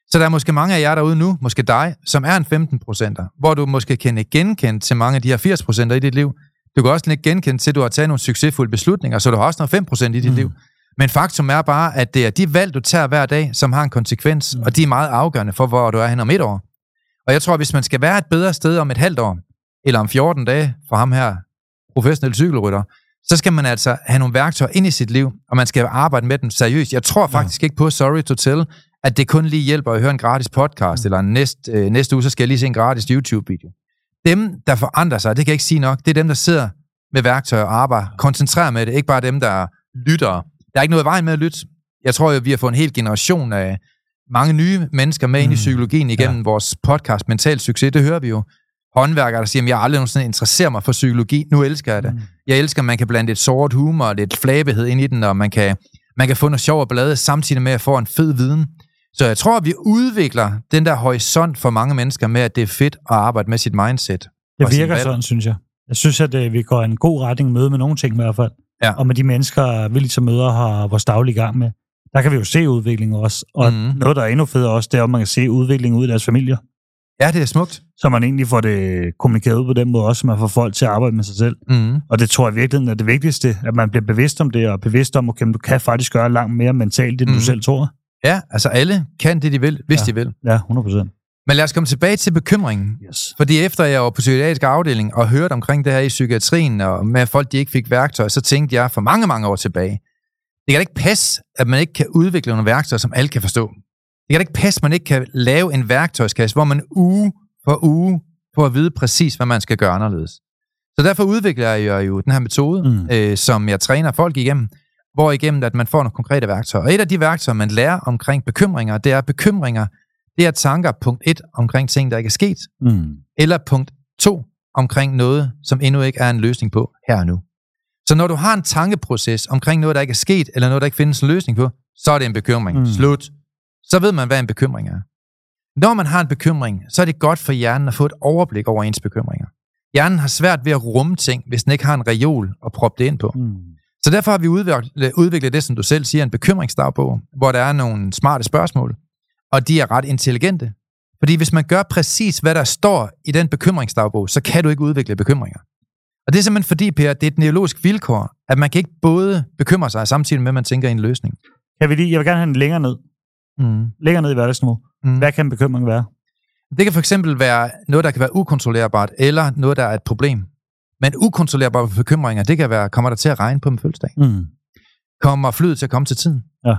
Speaker 1: Så der er måske mange af jer derude nu, måske dig, som er en 15%'er, hvor du måske kan genkendt til mange af de her 80% i dit liv. Du kan også genkendt til, at du har taget nogle succesfulde beslutninger, så du har også noget 5% i dit liv. Men faktum er bare, at det er de valg, du tager hver dag, som har en konsekvens, og de er meget afgørende for, hvor du er hen om 1 år. Og jeg tror, hvis man skal være et bedre sted om et halvt år, eller om 14 dage, for ham her, professionel cykelrytter, så skal man altså have nogle værktøjer ind i sit liv, og man skal arbejde med dem seriøst. Jeg tror faktisk ikke på, sorry to tell, at det kun lige hjælper at høre en gratis podcast, eller næste uge, så skal jeg lige se en gratis YouTube-video. Dem, der forandrer sig, det kan jeg ikke sige nok, det er dem, der sidder med værktøjer og arbejder, koncentrerer med det, ikke bare dem, der lytter. Der er ikke noget vejen med at lytte. Jeg tror jo, vi har fået en hel generation af mange nye mennesker med ind i psykologien igennem vores podcast Mental Succes. Det hører vi jo. Håndværkere, der siger, at jeg aldrig nogensinde interesserer mig for psykologi. Nu elsker jeg det. Jeg elsker, at man kan blande lidt sort humor og lidt flabighed ind i den, og man kan få noget sjov og ballade, samtidig med at få en fed viden. Så jeg tror, at vi udvikler den der horisont for mange mennesker med, at det er fedt at arbejde med sit mindset.
Speaker 2: Det virker sådan, synes jeg. Jeg synes, at vi går en god retning møde med nogle ting i hvert fald. Ja. Og med de mennesker, vi ligesom møder har vores daglige gang med. Der kan vi jo se udviklingen også. Og noget, der er endnu federe også, det er, at man kan se udviklingen ud i deres familier.
Speaker 1: Ja, det er smukt.
Speaker 2: Så man egentlig får det kommunikeret ud på den måde også, så man får folk til at arbejde med sig selv. Og det tror jeg virkelig er det vigtigste, at man bliver bevidst om det, og bevidst om, okay, du kan faktisk gøre langt mere mentalt, end du selv tror.
Speaker 1: Ja, altså alle kan det, de vil, hvis de vil.
Speaker 2: Ja, 100%.
Speaker 1: Men lad os komme tilbage til bekymringen.
Speaker 2: Yes.
Speaker 1: Fordi efter jeg var på psykiatrisk afdeling og hørte omkring det her i psykiatrien, og med folk, de ikke fik værktøj, så tænkte jeg for mange, mange år tilbage, det kan ikke passe, at man ikke kan udvikle nogle værktøjer, som alle kan forstå. Det kan ikke passe, at man ikke kan lave en værktøjskasse, hvor man uge for uge får at vide præcis, hvad man skal gøre anderledes. Så derfor udvikler jeg jo den her metode, som jeg træner folk igennem, hvor igennem, at man får nogle konkrete værktøjer. Og et af de værktøjer, man lærer omkring bekymringer, det er bekymringer, det er tanker, punkt 1, omkring ting, der ikke er sket, eller punkt 2, omkring noget, som endnu ikke er en løsning på her og nu. Så når du har en tankeproces omkring noget, der ikke er sket, eller noget, der ikke findes en løsning på, så er det en bekymring. Slut. Så ved man, hvad en bekymring er. Når man har en bekymring, så er det godt for hjernen at få et overblik over ens bekymringer. Hjernen har svært ved at rumme ting, hvis den ikke har en reol at proppe det ind på. Så derfor har vi udviklet det, som du selv siger, en bekymringsdagbog, hvor der er nogle smarte spørgsmål, og de er ret intelligente. Fordi hvis man gør præcis, hvad der står i den bekymringsdagbog, så kan du ikke udvikle bekymringer. Og det er simpelthen fordi, Per, det er et neurologisk vilkår, at man kan ikke både bekymre sig, samtidig med, at man tænker i en løsning.
Speaker 2: Jeg vil gerne have den længere ned. Længere ned i hverdagsniveau. Hvad kan en bekymring være?
Speaker 1: Det kan for eksempel være noget, der kan være ukontrollerbart, eller noget, der er et problem. Men ukontrollerbare bekymringer, det kan være, kommer der til at regne på en fødselsdag? Kommer flyet til at komme til tiden?
Speaker 2: Ja.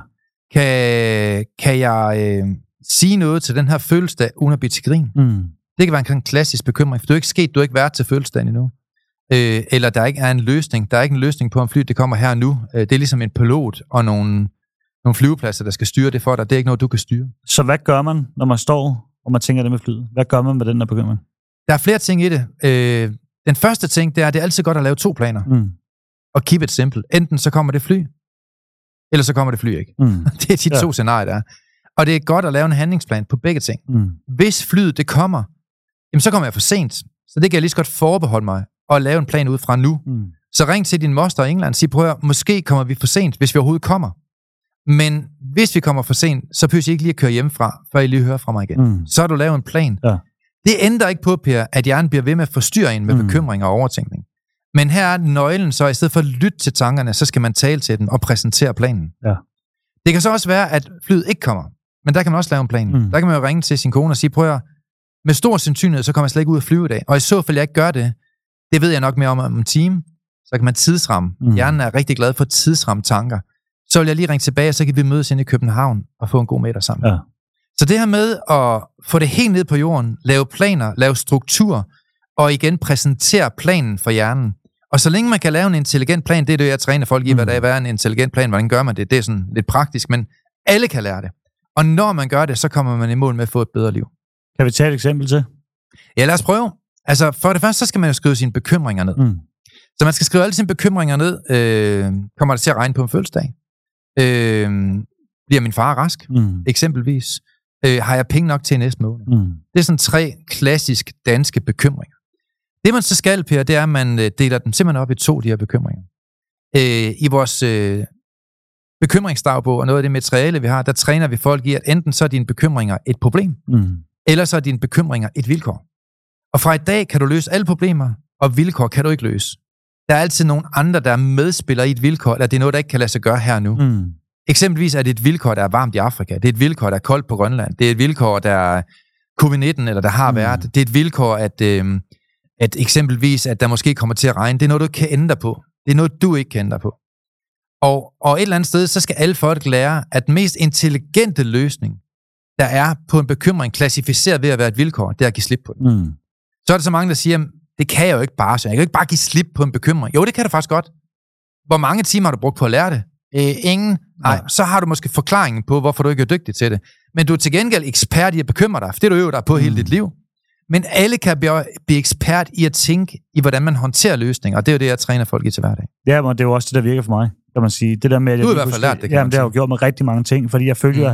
Speaker 1: Kan jeg sige noget til den her fødselsdag, uden at blive til grin? Det kan være en klassisk bekymring, for du er ikke sket, du har ikke været til fødselsdagen endnu. Eller der ikke er en løsning. Der er ikke en løsning på, om flyet det kommer her nu. Det er ligesom en pilot og nogle flyvepladser, der skal styre det for dig. Det er ikke noget, du kan styre. Så
Speaker 2: hvad gør man, når man står og man tænker det med flyet? Hvad gør man med den der bekymring?
Speaker 1: Der er flere ting i det. Den første ting, det er altid godt at lave 2 planer. Og keep it simple. Enten så kommer det fly, eller så kommer det fly ikke. Det er de 2 scenarier, der er. Og det er godt at lave en handlingsplan på begge ting. Hvis flyet det kommer, jamen så kommer jeg for sent. Så det kan jeg lige så godt forbeholde mig og lave en plan ud fra nu. Så ring til din moster i England og sig, prøv at måske kommer vi for sent, hvis vi overhovedet kommer. Men hvis vi kommer for sent, så behøver I ikke lige at køre hjemmefra, før I lige hører fra mig igen. Så har du lavet en plan. Ja. Det ændrer ikke på, Per, at hjernen bliver ved med at forstyrre en med bekymring og overtænkning. Men her er nøglen, så i stedet for at lytte til tankerne, så skal man tale til dem og præsentere planen. Ja. Det kan så også være, at flyet ikke kommer, men der kan man også lave en plan. Der kan man jo ringe til sin kone og sige, prøv at med stor sandsynlighed, så kommer jeg slet ikke ud at flyve i dag. Og i så fald jeg ikke gør det, det ved jeg nok mere om en time, så kan man tidsramme. Hjernen er rigtig glad for tidsramme tanker. Så vil jeg lige ringe tilbage, og så kan vi mødes inde i København og få en god middag sammen. Ja. Så det her med at få det helt ned på jorden, lave planer, lave struktur, og igen præsentere planen for hjernen. Og så længe man kan lave en intelligent plan, det er det, jeg træner folk i hver dag, hvad er en intelligent plan, hvordan gør man det? Det er sådan lidt praktisk, men alle kan lære det. Og når man gør det, så kommer man i mål med at få et bedre liv.
Speaker 2: Kan vi tage et eksempel til?
Speaker 1: Ja, lad os prøve. Altså, for det første, så skal man jo skrive sine bekymringer ned. Så man skal skrive alle sine bekymringer ned. Kommer det til at regne på en fødselsdag? Bliver min far rask? Eksempelvis. Har jeg penge nok til næste måned? Det er sådan 3 klassisk danske bekymringer. Det man så skal, Per, det er, at man deler dem simpelthen op i 2, de her bekymringer. I vores bekymringsdagbog og noget af det materiale, vi har, der træner vi folk i, at enten så er dine bekymringer et problem, eller så er dine bekymringer et vilkår. Og fra i dag kan du løse alle problemer, og vilkår kan du ikke løse. Der er altid nogle andre, der er medspillere i et vilkår, eller det er noget, der ikke kan lade sig gøre her nu. Eksempelvis er det et vilkår, der er varmt i Afrika. Det er et vilkår, der er koldt på Grønland. Det er et vilkår, der er covid-19, eller der har været. Det er et vilkår, at eksempelvis, at der måske kommer til at regne. Det er noget, du ikke kan ændre på. Det er noget, du ikke kan ændre på. Og et eller andet sted, så skal alle folk lære, at den mest intelligente løsning, der er på en bekymring, klassificeret ved at være et vilkår, det er at give slip på den. Så er der så mange, der siger, det kan jeg jo ikke bare. Så jeg kan jo ikke bare give slip på en bekymring. Jo, det kan du faktisk godt. Hvor mange timer har du brugt på at lære det? Ingen. Nej, så har du måske forklaringen på, hvorfor du ikke er dygtig til det. Men du er til gengæld ekspert i at bekymre dig, for det du øver dig på hele dit liv. Men alle kan blive ekspert i at tænke i, hvordan man håndterer løsninger, og det er jo det, jeg træner folk i til hverdag.
Speaker 2: Ja, men det er jo også det, der virker for mig, kan man sige. Det der med, at
Speaker 1: du har i hvert fald lært det,
Speaker 2: jamen, det har jo gjort mig rigtig mange ting, fordi jeg følte,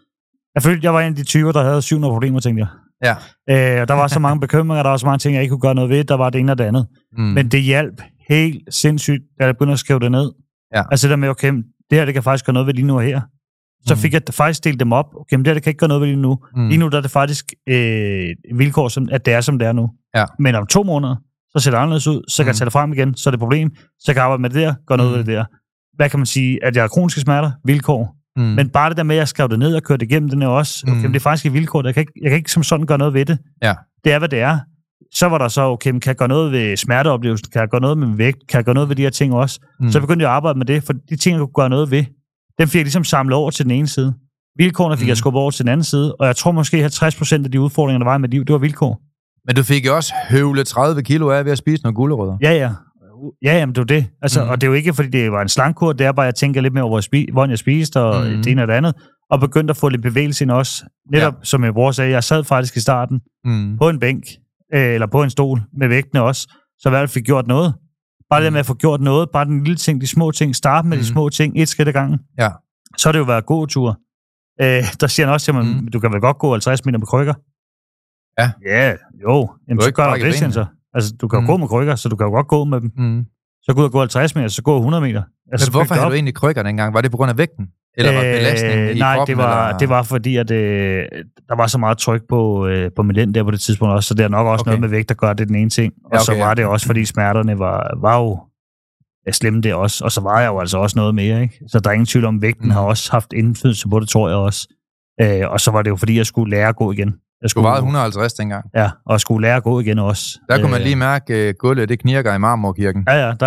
Speaker 2: jeg var en af de 20, der havde 700 problemer, tænkte jeg. Ja. Der var så mange bekymringer, der var så mange ting, jeg ikke kunne gøre noget ved, der var det ene og det andet. Men det hjalp helt sindssygt, da jeg begyndte at skrive det ned. Ja. Altså det der med, okay, det her, det kan faktisk gøre noget ved lige nu og her. Så fik jeg faktisk delt dem op. Okay, men det her, det kan ikke gøre noget ved lige nu. Lige nu der er det faktisk vilkår, som, at det er, som det er nu. Ja. Men om 2 måneder, så ser det anderledes ud, så kan jeg tage det frem igen, så er det et problem, så kan jeg arbejde med det der, gøre noget ved det der. Hvad kan man sige? At jeg har kroniske smerter, vilkår. Men bare det der med, at jeg skrev det ned og kørte det igennem, den er også, okay, men det er faktisk et vilkår, jeg kan ikke som sådan gøre noget ved det. Ja. Det er, hvad det er. Så var der så, okay, men kan jeg gøre noget ved smerteoplevelsen, kan jeg gøre noget med vægt, kan jeg gøre noget ved de her ting også. Så begyndte jeg at arbejde med det, for de ting, jeg kunne gøre noget ved, dem fik jeg ligesom samlet over til den ene side. Vilkårene fik jeg skubbet over til den anden side, og jeg tror måske 50% af de udfordringer, der var i mit liv, det var vilkår.
Speaker 1: Men du fik jo også høvlet 30 kilo af ved at spise nogle gulerødder.
Speaker 2: Ja, jamen det var det. Altså, og det er jo ikke, fordi det var en slankkur, det er bare, at jeg tænker lidt mere over, hvordan jeg spiste, og det ene og det andet, og begyndte at få lidt bevægelse ind også. Netop, som min bror sagde, jeg sad faktisk i starten på en bænk, eller på en stol, med vægtene også, så i hvert fald fik gjort noget. Bare det med at få gjort noget, bare den lille ting, de små ting, starte med de små ting, et skridt ad gangen. Ja. Så er det jo været gåtur. Der siger han også til mig, du kan vel godt gå 50 meter med krykker? Ja. Ja, jo. Jamen, så gør du det, så. Altså, du kan jo gå med krykker, så du kan jo godt gå med dem. Så gå ud og gå 50 meter, så gå 100 meter.
Speaker 1: Altså, men hvorfor havde du egentlig krykker dengang? Var det på grund af vægten? Eller var belastningen i kroppen?
Speaker 2: Nej, det var fordi, at der var så meget tryk på min lænd der på det tidspunkt også, så det er nok også noget med vægt, der gør det den ene ting. Og så var det også, fordi smerterne var jo slemme det også, og så var jeg jo altså også noget mere, ikke? Så der er ingen tvivl om, vægten har også haft indflydelse på det, tror jeg også. Og så var det jo, fordi jeg skulle lære at gå igen.
Speaker 1: Du vejede 150 dengang.
Speaker 2: Ja, og skulle lære at gå igen også.
Speaker 1: Der kunne man lige mærke, gulvet, det knirker i Marmorkirken.
Speaker 2: Ja, der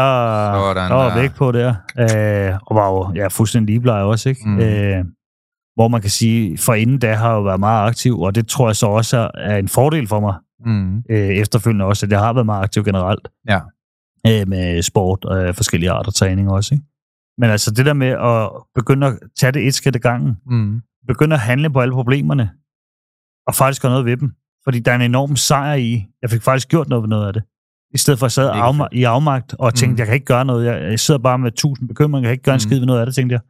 Speaker 2: var vægt på der. Og var jo fuldstændig ligebleje også, ikke? Hvor man kan sige, for inden da har jeg jo været meget aktiv, og det tror jeg så også er en fordel for mig. Efterfølgende også, at jeg har været meget aktiv generelt. Ja. Med sport og forskellige arter træning også, ikke? Men altså det der med at begynde at tage det et skridt ad gangen, begynde at handle på alle problemerne, og faktisk gøre noget ved dem. Fordi der er en enorm sejr i, jeg fik faktisk gjort noget ved noget af det. I stedet for at jeg sad i afmagt og tænkte, jeg kan ikke gøre noget. Jeg sidder bare med 1000 bekymringer, jeg kan ikke gøre en skid ved noget af det, tænkte jeg.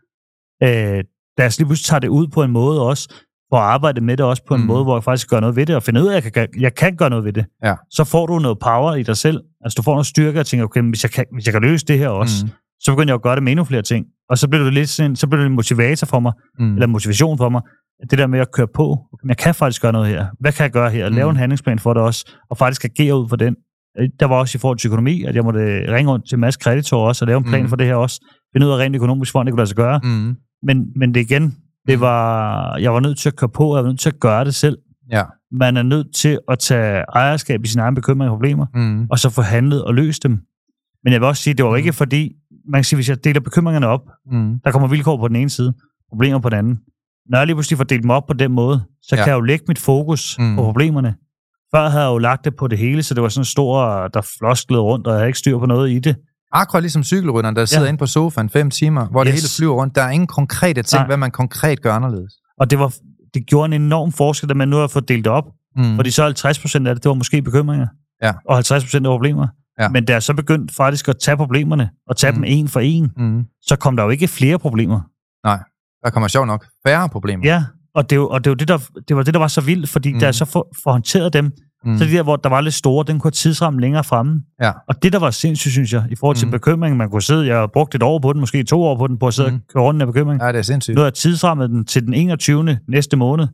Speaker 2: Da jeg lige pludselig tager det ud på en måde også, for at arbejde med det også på en måde, hvor jeg faktisk gør noget ved det, og finder ud af, at jeg kan gøre noget ved det. Ja. Så får du noget power i dig selv. Altså du får noget styrke og tænker, okay, hvis jeg kan løse det her også, så begynder jeg at gøre det med endnu flere ting. Og så bliver det lidt sådan, så bliver det en motivator for mig, eller motivation for mig, det der med at køre på. Okay, jeg kan faktisk gøre noget her. Hvad kan jeg gøre her? Lave en handlingsplan for det også, og faktisk agere ud for den. Der var også i forhold til økonomi, at jeg måtte ringe rundt til en masse kreditorer også, og lave en plan for det her også. Finde ud af rent økonomisk, hvordan det kunne lade sig gøre. Men det igen, jeg var nødt til at køre på, og jeg var nødt til at gøre det selv. Ja. Man er nødt til at tage ejerskab i sine egne bekymringer og problemer, og så få handlet og løst dem. Men jeg vil også sige, det var ikke fordi, man kan sige, hvis jeg deler bekymringerne op, der kommer vilkår på den ene side, problemer på den anden. Når jeg lige pludselig får delt dem op på den måde, så kan jeg jo lægge mit fokus på problemerne. Før havde jeg jo lagt det på det hele, så det var sådan en stor, der flosklede rundt, og jeg havde ikke styr på noget i det.
Speaker 1: Akkurat ligesom cykelrytteren, der sidder inde på sofaen 5 timer, hvor det hele flyver rundt. Der er ingen konkrete ting, hvad man konkret gør anderledes.
Speaker 2: Og det gjorde en enorm forskel, da man nu har fået delt op. Fordi så 50% af det var måske bekymringer, og 50% af problemer. Ja. Men da jeg så begyndte faktisk at tage problemerne, og tage dem en for en, så kom der jo ikke flere problemer.
Speaker 1: Nej, der kommer sjovt nok færre problemer.
Speaker 2: Ja, og det var det, der var så vildt, fordi da jeg så får håndteret dem, Så de der, hvor der var lidt store, den kunne tidsramme længere fremme.
Speaker 1: Ja.
Speaker 2: Og det, der var sindssygt, synes jeg, i forhold til bekymringen, man kunne sidde, jeg har brugt et år på den, måske 2 år på den, på at sidde og køre rundt af bekymring.
Speaker 1: Ja, det er sindssygt.
Speaker 2: Nu har jeg tidsrammet den til den 21. næste måned.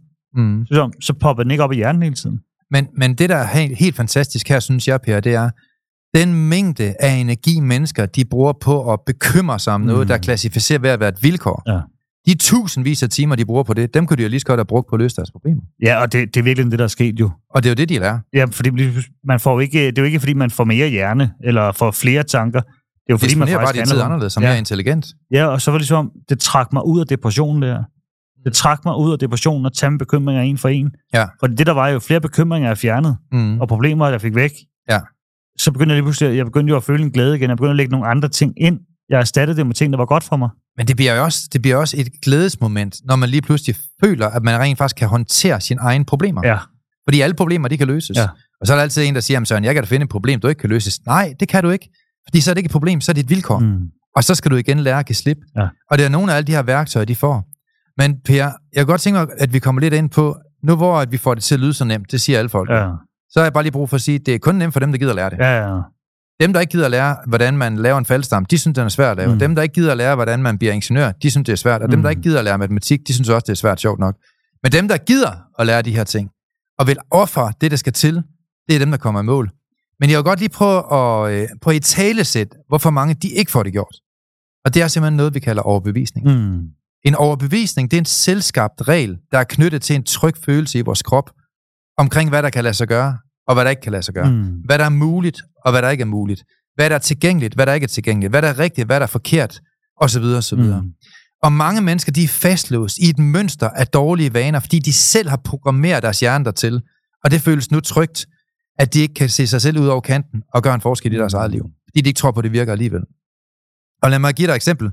Speaker 2: Så popper den ikke op i hjernen hele tiden.
Speaker 1: Men det, der er helt fantastisk her, synes jeg, Per, det er, den mængde af energi, mennesker, de bruger på at bekymre sig om noget, der klassificerer ved at være et vilkår. Ja. De tusindvis af timer, de bruger på det, dem kunne de jo lige så godt have brugt på at løse deres problemer.
Speaker 2: Ja, og det er virkelig det, der er sket jo.
Speaker 1: Og det er jo det, de lærer.
Speaker 2: Ja, fordi man får ikke, det er jo ikke, fordi man får mere hjerne, eller får flere tanker. Det er jo fordi, man faktisk
Speaker 1: bare tid anderledes, som mere intelligent.
Speaker 2: Ja, og så var det ligesom, det trak mig ud af depressionen der. Det trak mig ud af depressionen og tage bekymringer en for en.
Speaker 1: Ja.
Speaker 2: For det, der var jo flere bekymringer, jeg fjernede, og problemer, jeg fik væk.
Speaker 1: Ja.
Speaker 2: Så begyndte jeg lige pludselig, jeg begyndte jo at føle en glæde igen. Jeg begyndte at lægge nogle andre ting ind. Jeg erstattede det med ting, der var godt for mig.
Speaker 1: Men det bliver også et glædesmoment, når man lige pludselig føler, at man rent faktisk kan håndtere sine egne problemer.
Speaker 2: Ja.
Speaker 1: Fordi alle problemer, de kan løses. Ja. Og så er der altid en, der siger, Søren, jeg kan da finde et problem, du ikke kan løses. Nej, det kan du ikke. Fordi så er det ikke et problem, så er det et vilkår. Og så skal du igen lære at give slip. Ja. Og det er nogle af alle de her værktøjer, de får. Men Per, jeg kan godt tænke mig, at vi kommer lidt ind på, nu hvor vi får det til at lyde så nemt, det siger alle folk. Ja. Så har jeg bare lige brug for at sige, at det er kun nemt for dem, der gider at lære det.
Speaker 2: Ja.
Speaker 1: Dem, der ikke gider at lære, hvordan man laver en faldstamme, de synes, den er svært at lave. Dem, der ikke gider at lære, hvordan man bliver ingeniør, de synes, det er svært. Og dem, der ikke gider at lære matematik, de synes også, det er svært, sjovt nok. Men dem, der gider at lære de her ting, og vil ofre det, der skal til, det er dem, der kommer i mål. Men jeg vil godt lige prøve at italesætte, hvorfor mange de ikke får det gjort. Og det er simpelthen noget, vi kalder overbevisning. En overbevisning, det er en selvskabt regel, der er knyttet til en tryg følelse i vores krop, omkring hvad der kan lade sig gøre, og hvad der ikke kan lade sig gøre. Hvad der er muligt, og hvad der ikke er muligt. Hvad der er tilgængeligt, hvad der ikke er tilgængeligt. Hvad der er rigtigt, hvad der er forkert, osv. osv. Og mange mennesker, de er fastlåst i et mønster af dårlige vaner, fordi de selv har programmeret deres hjerne dertil. Og det føles nu trygt, at de ikke kan se sig selv ud over kanten og gøre en forskel i deres eget liv. Fordi de ikke tror på, at det virker alligevel. Og lad mig give dig et eksempel.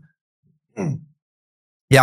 Speaker 1: Jeg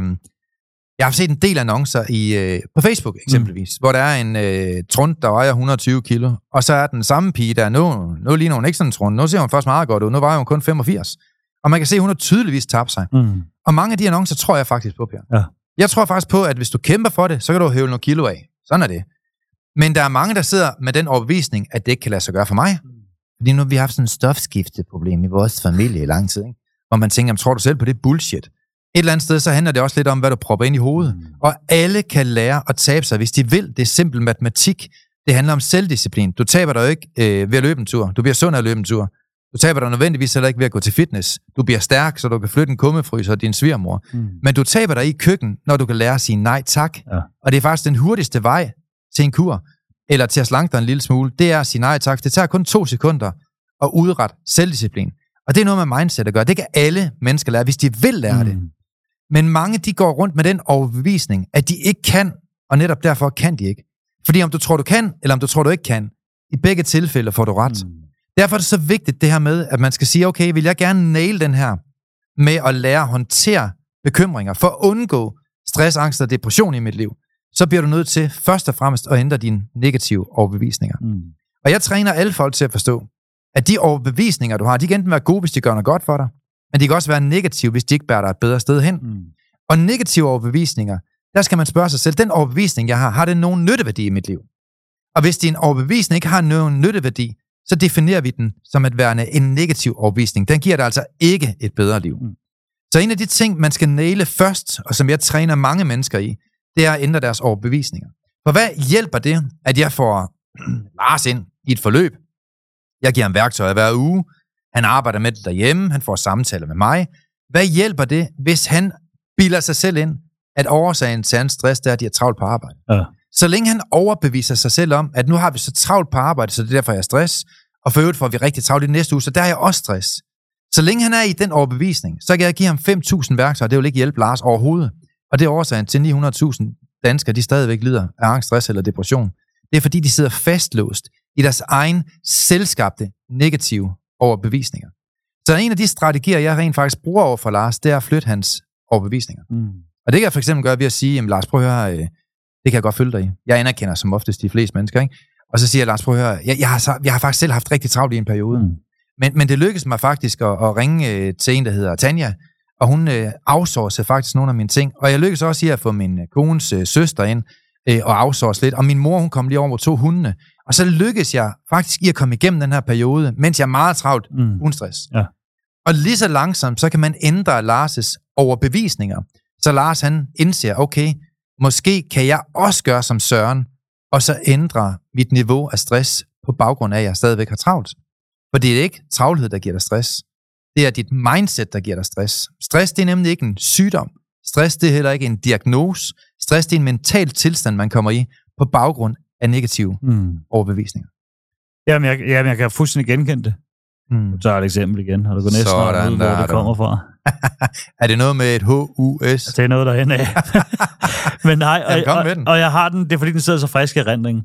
Speaker 1: har haft set en del annoncer på Facebook eksempelvis, hvor der er en trund, der vejer 120 kilo, og så er den samme pige, der nu ligner hun ikke sådan en trund, nu ser hun først meget godt ud, nu vejer hun kun 85. Og man kan se, at hun har tydeligvis tabt sig. Og mange af de annoncer tror jeg faktisk på, Per. Ja. Jeg tror faktisk på, at hvis du kæmper for det, så kan du hæve nogle kilo af. Sådan er det. Men der er mange, der sidder med den overbevisning, at det ikke kan lade sig gøre for mig. Fordi nu har vi haft sådan et stofskifteproblem i vores familie i lang tid, ikke? Hvor man tænker, tror du selv på det bullshit? Et eller andet sted, så handler det også lidt om, hvad du propper ind i hovedet. Og alle kan lære at tabe sig, hvis de vil. Det er simpel matematik. Det handler om selvdisciplin. Du taber dig jo ikke ved at løbe en tur. Du bliver sund af at løbe en tur. Du taber dig nødvendigvis heller ikke ved at gå til fitness. Du bliver stærk, så du kan flytte en kummefryser og din svigermor. Men du taber dig i køkken, når du kan lære at sige nej tak. Ja. Og det er faktisk den hurtigste vej til en kur, eller til at slanke dig en lille smule. Det er at sige nej tak. Det tager kun 2 sekunder at udrette selvdisciplin. Og det er noget med mindset at gøre. Det kan alle mennesker lære, hvis de vil lære det. Men mange, de går rundt med den overbevisning, at de ikke kan, og netop derfor kan de ikke. Fordi om du tror, du kan, eller om du tror, du ikke kan, i begge tilfælde får du ret. Derfor er det så vigtigt det her med, at man skal sige, okay, vil jeg gerne nail den her, med at lære at håndtere bekymringer, for at undgå stress, angst og depression i mit liv, så bliver du nødt til først og fremmest at ændre dine negative overbevisninger. Og jeg træner alle folk til at forstå, at de overbevisninger, du har, de kan enten være gode, hvis de gør noget godt for dig, men de kan også være negative, hvis de ikke bærer dig et bedre sted hen. Og negative overbevisninger, der skal man spørge sig selv, den overbevisning, jeg har det nogen nytteværdi i mit liv? Og hvis din overbevisning ikke har nogen nytteværdi, så definerer vi den som at være en negativ overbevisning. Den giver dig altså ikke et bedre liv. Så en af de ting, man skal næle først, og som jeg træner mange mennesker i, det er at ændre deres overbevisninger. For hvad hjælper det, at jeg får Lars ind i et forløb? Jeg giver ham værktøjer hver uge. Han arbejder med det derhjemme. Han får samtaler med mig. Hvad hjælper det, hvis han bilder sig selv ind, at årsagen til hans stress, det er, at de er travlt på arbejde? Ja. Så længe han overbeviser sig selv om, at nu har vi så travlt på arbejde, så det er derfor, jeg er stress, og for øvrigt får vi rigtig travlt i næste uge, så der er jeg også stress. Så længe han er i den overbevisning, så kan jeg give ham 5.000 værktøjer, det vil ikke hjælpe Lars overhovedet. Og det er årsagen til 900.000 danskere, de stadigvæk lider af angst, stress eller depression. Det er fordi, de sidder fastlåst i deres egen selvskabte negative overbevisninger. Så en af de strategier, jeg rent faktisk bruger over for Lars, det er at flytte hans overbevisninger. Og det kan jeg for eksempel gøre ved at sige, jamen Lars, prøv at høre, det kan jeg godt følge dig i. Jeg anerkender som oftest de fleste mennesker, ikke? Og så siger jeg, Lars, prøv at høre, jeg har faktisk selv haft rigtig travlt i en periode. Men det lykkedes mig faktisk at ringe til en, der hedder Tanja, og hun outsourcede faktisk nogle af mine ting. Og jeg lykkedes også i at få min kones søster ind og outsource lidt. Og min mor, hun kom lige over 2 hundene. Og så lykkes jeg faktisk i at komme igennem den her periode, mens jeg er meget travlt uden stress.
Speaker 2: Ja.
Speaker 1: Og lige så langsomt, så kan man ændre Lars' overbevisninger. Så Lars, han indser, okay, måske kan jeg også gøre som Søren, og så ændre mit niveau af stress på baggrund af, at jeg stadigvæk har travlt. For det er ikke travlhed, der giver dig stress. Det er dit mindset, der giver dig stress. Stress, det er nemlig ikke en sygdom. Stress, det er heller ikke en diagnose. Stress, det er en mental tilstand, man kommer i på baggrund af negative overbevisninger.
Speaker 2: Jamen, jeg kan fuldstændig genkende det. Du tager et eksempel igen, og du går næsten ud, hvor det kommer fra.
Speaker 1: Er det noget med et HUS?
Speaker 2: Det er noget derhen af. Men nej, og jeg har den, det er fordi, den sidder så frisk i erindringen.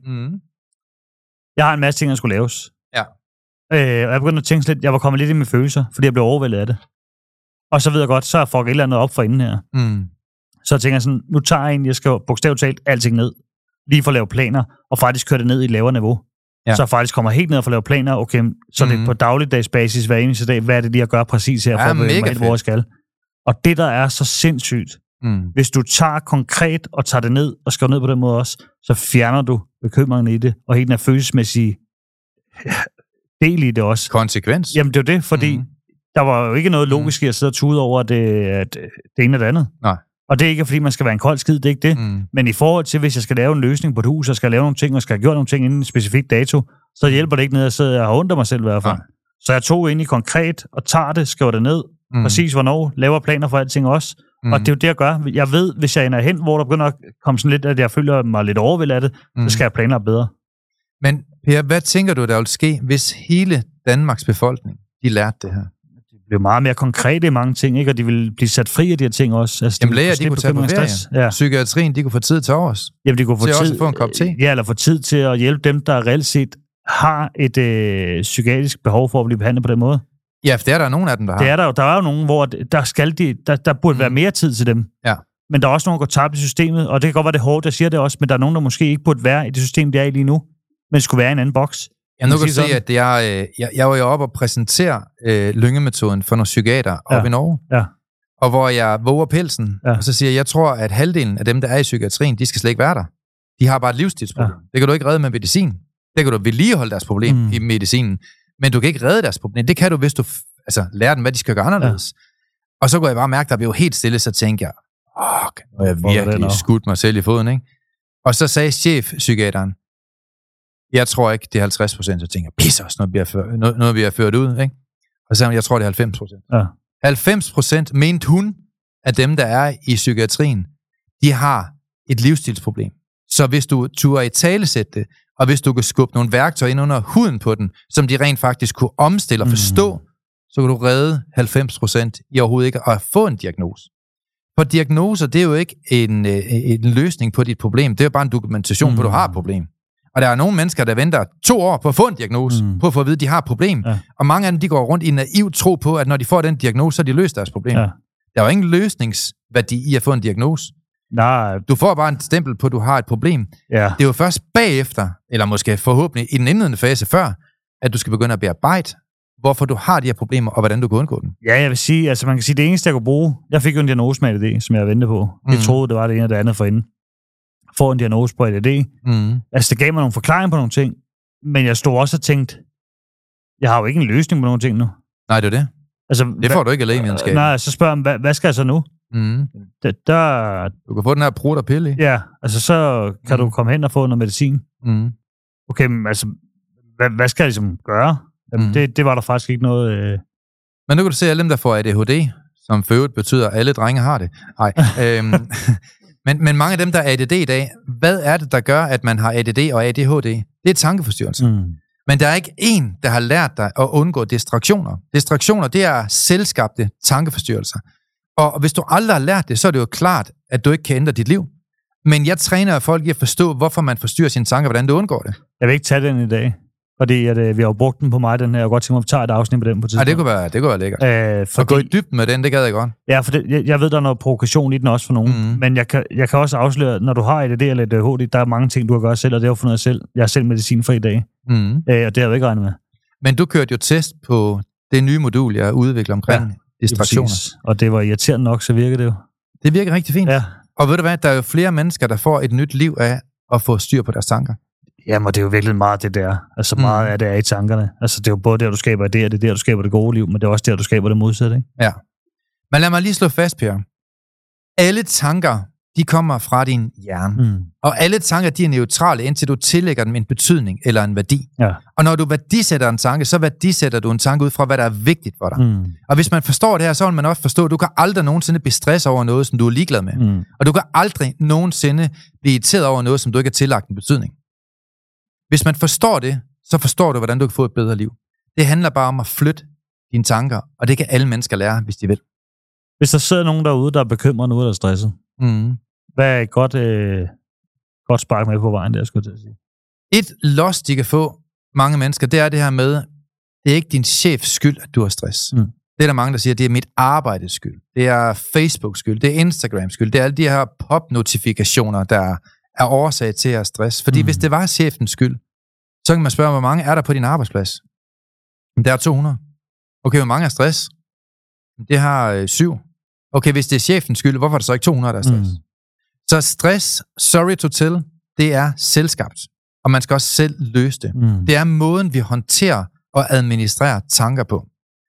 Speaker 2: Jeg har en masse ting, der skulle laves.
Speaker 1: Ja.
Speaker 2: Og jeg begyndte at tænke lidt, jeg var kommet lidt i mine følelser, fordi jeg blev overvældet af det. Og så ved jeg godt, så er jeg fucket et eller andet op for inden her. Så jeg tænker sådan, nu tager jeg jeg skal bogstaveligt talt alting ned, lige for at lave planer, og faktisk køre det ned i et lavere niveau. Ja. Så jeg faktisk kommer helt ned og får lavet planer, okay, så det er på dagligdags basis hver eneste dag, hvad er det lige at gøre præcis her, for at være helt, hvor jeg skal. Og det, der er så sindssygt, hvis du tager konkret og tager det ned, og skriver ned på den måde også, så fjerner du bekymringen i det, og helt den følelsesmæssige del i det også.
Speaker 1: Konsekvens?
Speaker 2: Jamen, det er jo det, fordi der var jo ikke noget logisk i at sidde og tude over, at det ene eller det andet.
Speaker 1: Nej.
Speaker 2: Og det er ikke, fordi man skal være en kold skid, det er ikke det. Men i forhold til, hvis jeg skal lave en løsning på et hus, og skal lave nogle ting, og skal have gjort nogle ting inden en specifik dato, så hjælper det ikke ned at sidde og have ondt af mig selv i hvert fald. Så jeg tog ind i konkret, og tager det, skriver det ned, præcis hvornår, laver planer for alting også. Og det er jo det, jeg gør. Jeg ved, hvis jeg ender hen, hvor der begynder at komme sådan lidt, at jeg føler mig lidt overvældet af det, så skal jeg planlægge bedre.
Speaker 1: Men Per, hvad tænker du, der vil ske, hvis hele Danmarks befolkning, de lærte det her?
Speaker 2: Det er jo meget mere konkrete i mange ting, ikke? Og de vil blive sat fri af de her ting også. Altså,
Speaker 1: jamen læger, de kunne tage på ferie. Ja. Psykiatrien, de kunne få tid til overs.
Speaker 2: Jamen, de kunne få tid
Speaker 1: også få en kop te.
Speaker 2: Ja, eller få tid til at hjælpe dem, der reelt set har et psykiatrisk behov for at blive behandlet på den måde.
Speaker 1: Ja, for det er der nogen af dem, der har.
Speaker 2: Det er der jo. Der er jo nogen, hvor der burde være mere tid til dem.
Speaker 1: Ja.
Speaker 2: Men der er også nogen, der går tabt i systemet, og det kan godt være det hårdt, jeg siger det også, men der er nogen, der måske ikke burde være i det system, de er i lige nu, men det skulle være i en anden boks.
Speaker 1: Jeg nu kan se, at jeg var jo oppe og præsentere lyngemetoden for nogle psykiater oppe i Norge.
Speaker 2: Ja.
Speaker 1: Og hvor jeg våger pelsen, og så siger jeg tror, at halvdelen af dem, der er i psykiatrien, de skal slet ikke være der. De har bare et livsstilsproblem. Ja. Det kan du ikke redde med medicin. Det kan du vedligeholde deres problem i medicinen. Men du kan ikke redde deres problem. Det kan du, hvis du lærer dem, hvad de skal gøre anderledes. Og så kunne jeg bare mærke, der blev helt stille, så tænkte jeg, nu har jeg virkelig skudt mig selv i foden, ikke? Og så sagde chef-psykiateren, jeg tror ikke, det er 50%, så tænker jeg, pisser os, noget vi har ført ud, ikke? Og så sagde hun, jeg tror, det er 90%. 90% mente hun, at dem, der er i psykiatrien, de har et livsstilsproblem. Så hvis du turde i talesætte det, og hvis du kan skubbe nogle værktøjer ind under huden på den, som de rent faktisk kunne omstille og forstå, så kan du redde 90% i overhovedet ikke at få en diagnose. For diagnoser, det er jo ikke en løsning på dit problem, det er jo bare en dokumentation på, at du har et problem. Og der er nogle mennesker, der venter 2 år på at få en diagnose, på at få at vide, at de har et problem. Ja. Og mange af dem, de går rundt i en naiv tro på, at når de får den diagnose, så har de løst deres problem. Ja. Der er jo ingen løsningsværdi i at få en diagnose.
Speaker 2: Nej.
Speaker 1: Du får bare en stempel på, at du har et problem. Ja. Det er jo først bagefter, eller måske forhåbentlig i den indledende fase før, at du skal begynde at bearbejde, hvorfor du har de her problemer, og hvordan du kan undgå dem. Ja,
Speaker 2: jeg vil sige, altså man kan sige, det eneste, jeg kunne bruge, jeg fik jo en diagnose med ADD, som jeg ventede på. Jeg troede, det var det ene og det andet forinden. Få en diagnose på ADD. Altså, det gav mig nogle forklaringer på nogle ting, men jeg stod også og tænkte, jeg har jo ikke en løsning på nogle ting nu.
Speaker 1: Nej, det er det.
Speaker 2: Altså,
Speaker 1: det får du ikke alene, videnskab.
Speaker 2: Nej, så spørger jeg, hvad skal jeg så nu?
Speaker 1: Du kan få den her brud og pille i.
Speaker 2: Ja, altså så kan du komme hen og få noget medicin. Okay, men altså, hvad skal jeg ligesom gøre? Det var der faktisk ikke noget...
Speaker 1: Men nu kan du se, alle dem, der får ADHD, som for øvrigt betyder, at alle drenge har det. Nej. Men mange af dem, der er ADD i dag, hvad er det, der gør, at man har ADD og ADHD? Det er tankeforstyrrelser. Men der er ikke en, der har lært dig at undgå distraktioner. Distraktioner, det er selvskabte tankeforstyrrelser. Og hvis du aldrig har lært det, så er det jo klart, at du ikke kan ændre dit liv. Men jeg træner folk i at forstå, hvorfor man forstyrrer sine tanker, hvordan du undgår det.
Speaker 2: Jeg vil ikke tage den i dag. Fordi at, vi har jo brugt den på mig, den her. Jeg godt tænke mig, at vi tager et afsnit på den på tidspunkt.
Speaker 1: Det kunne være lækkert. Og gå i dybden med den, det gad jeg godt.
Speaker 2: Ja, for jeg ved, der er noget provokation i den også for nogen. Men jeg kan også afsløre, når du har ADD eller ADHD, der er mange ting, du kan gøre selv, og det har jeg fundet selv. Jeg er selv medicin for i dag. Og det har jeg ikke regnet med.
Speaker 1: Men du kørte jo test på det nye modul, jeg udvikler omkring distraktioner.
Speaker 2: Og det var irriterende nok, så virker det jo.
Speaker 1: Det virker rigtig fint. Ja. Og ved du hvad, der er jo flere mennesker, der får et nyt liv af at få styr på deres tanker.
Speaker 2: Jamen, det er jo virkelig meget det der. Altså meget af det er i tankerne. Altså det er jo både der, du skaber idéer, det er der, du skaber det gode liv, men det er også der, du skaber det modsatte, ikke?
Speaker 1: Ja. Men lad mig lige slå fast, Per. Alle tanker, de kommer fra din hjerne. Og alle tanker, de er neutrale, indtil du tillægger dem en betydning eller en værdi.
Speaker 2: Ja.
Speaker 1: Og når du værdisætter en tanke, så værdisætter du en tanke ud fra, hvad der er vigtigt for dig. Og hvis man forstår det her, så vil man også forstå, at du kan aldrig nogensinde blive stresset over noget, som du er ligeglad med. Og du kan aldrig nogensinde blive irriteret over noget, som du ikke har tillagt en betydning. Hvis man forstår det, så forstår du, hvordan du kan få et bedre liv. Det handler bare om at flytte dine tanker, og det kan alle mennesker lære, hvis de vil.
Speaker 2: Hvis der sidder nogen derude, der er bekymret nu, eller er stresset, hvad er et godt spark med på vejen, der skulle jeg til at sige?
Speaker 1: Et loss, de kan få, mange mennesker, det er det her med, det er ikke din chefs skyld, at du har stress. Det er der mange, der siger, det er mit arbejdes skyld. Det er Facebooks skyld. Det er Instagrams skyld. Det er alle de her pop-notifikationer, der er årsag til at have stress. Fordi hvis det var chefens skyld, så kan man spørge, hvor mange er der på din arbejdsplads? Der er 200. Okay, hvor mange er stress? Det har 7. Okay, hvis det er chefens skyld, hvorfor er der så ikke 200, der er stress? Så stress, sorry to tell, det er selvskabt. Og man skal også selv løse det. Det er måden, vi håndterer og administrerer tanker på.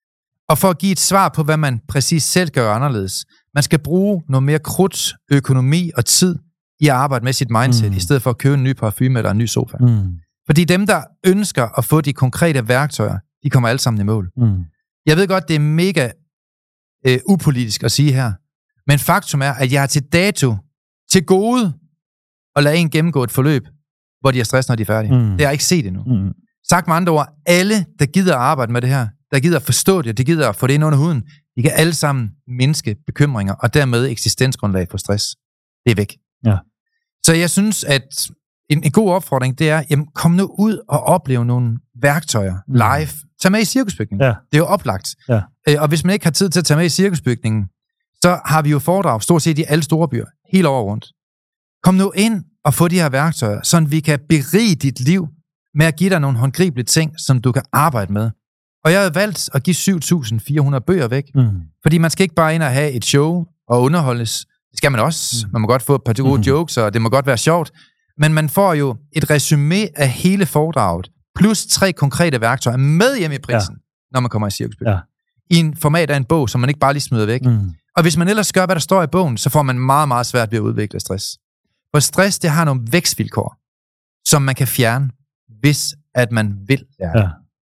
Speaker 1: Og for at give et svar på, hvad man præcis selv gør anderledes, man skal bruge noget mere krudt, økonomi og tid i at arbejde med sit mindset, i stedet for at købe en ny parfume eller en ny sofa. Fordi dem, der ønsker at få de konkrete værktøjer, de kommer alle sammen i mål. Jeg ved godt, det er mega upolitisk at sige her, men faktum er, at jeg har til dato til gode at lade en gennemgå et forløb, hvor de er stress, når de er færdige. Det har jeg ikke set endnu. Sagt med andre ord, alle, der gider at arbejde med det her, der gider at forstå det, der gider at få det ind under huden, de kan alle sammen mindske bekymringer, og dermed eksistensgrundlag for stress. Det er væk.
Speaker 2: Ja.
Speaker 1: Så jeg synes, at en god opfordring, det er, jamen, kom nu ud og opleve nogle værktøjer live. Tag med i cirkusbygningen.
Speaker 2: Ja.
Speaker 1: Det er jo oplagt.
Speaker 2: Ja.
Speaker 1: Og hvis man ikke har tid til at tage med i cirkusbygningen, så har vi jo foredrag stort set i alle store byer, helt over rundt. Kom nu ind og få de her værktøjer, så vi kan berige dit liv med at give dig nogle håndgribelige ting, som du kan arbejde med. Og jeg har valgt at give 7.400 bøger væk, fordi man skal ikke bare ind og have et show og underholdes. Det skal man også. Man må godt få et par gode jokes, og det må godt være sjovt. Men man får jo et resumé af hele foredraget, plus 3 konkrete værktøjer med hjem i prisen, når man kommer i cirkusbygningen. I en format af en bog, som man ikke bare lige smider væk. Og hvis man ellers gør, hvad der står i bogen, så får man meget, meget svært ved at udvikle stress. For stress, det har nogle vækstvilkår, som man kan fjerne, hvis at man vil lære det.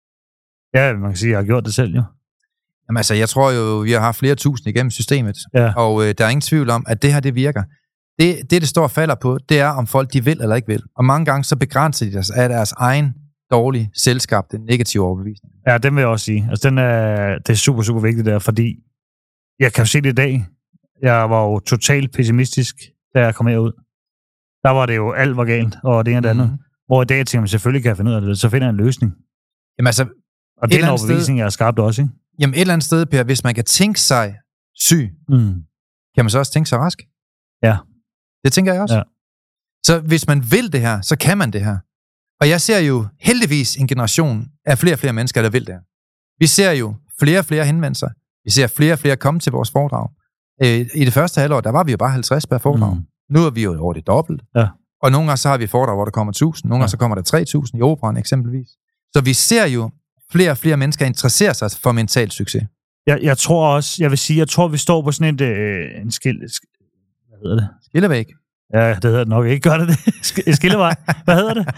Speaker 2: Ja, man kan sige, at jeg har gjort det selv, jo.
Speaker 1: Jamen altså, jeg tror jo, vi har haft flere tusind igennem systemet, og der er ingen tvivl om, at det her, det virker. Det står og falder på, det er, om folk de vil eller ikke vil. Og mange gange, så begrænser de sig af deres egen dårlige, selvskabte, negative overbevisning.
Speaker 2: Ja, den vil jeg også sige. Altså, det er super, super vigtigt der, fordi jeg kan jo se det i dag. Jeg var jo totalt pessimistisk, da jeg kom herud. Der var det jo alt var galt, og det ene og det andet. Hvor i dag tænker man, selvfølgelig kan jeg finde ud af det, så finder jeg en løsning.
Speaker 1: Jamen altså,
Speaker 2: og det er en overbevisning, jeg har skabt også, ikke?
Speaker 1: Jamen et eller andet sted, Per, hvis man kan tænke sig syg, kan man så også tænke sig rask?
Speaker 2: Ja.
Speaker 1: Det tænker jeg også.
Speaker 2: Ja.
Speaker 1: Så hvis man vil det her, så kan man det her. Og jeg ser jo heldigvis en generation af flere og flere mennesker, der vil det her. Vi ser jo flere og flere henvendelser. Vi ser flere og flere komme til vores foredrag. I det første halvår, der var vi jo bare 50 per foredrag. Nu er vi jo over det dobbelt.
Speaker 2: Ja.
Speaker 1: Og nogle gange så har vi foredrag, hvor der kommer 1000. Nogle gange så kommer der 3000 i operaen eksempelvis. Så vi ser jo flere og flere mennesker interesserer sig for mental succes.
Speaker 2: Jeg tror også, jeg vil sige, jeg tror, vi står på sådan en hvad hedder det?
Speaker 1: Skillevæg.
Speaker 2: Ja, det hedder det nok ikke. Gør det det? Skillevej. Hvad hedder det?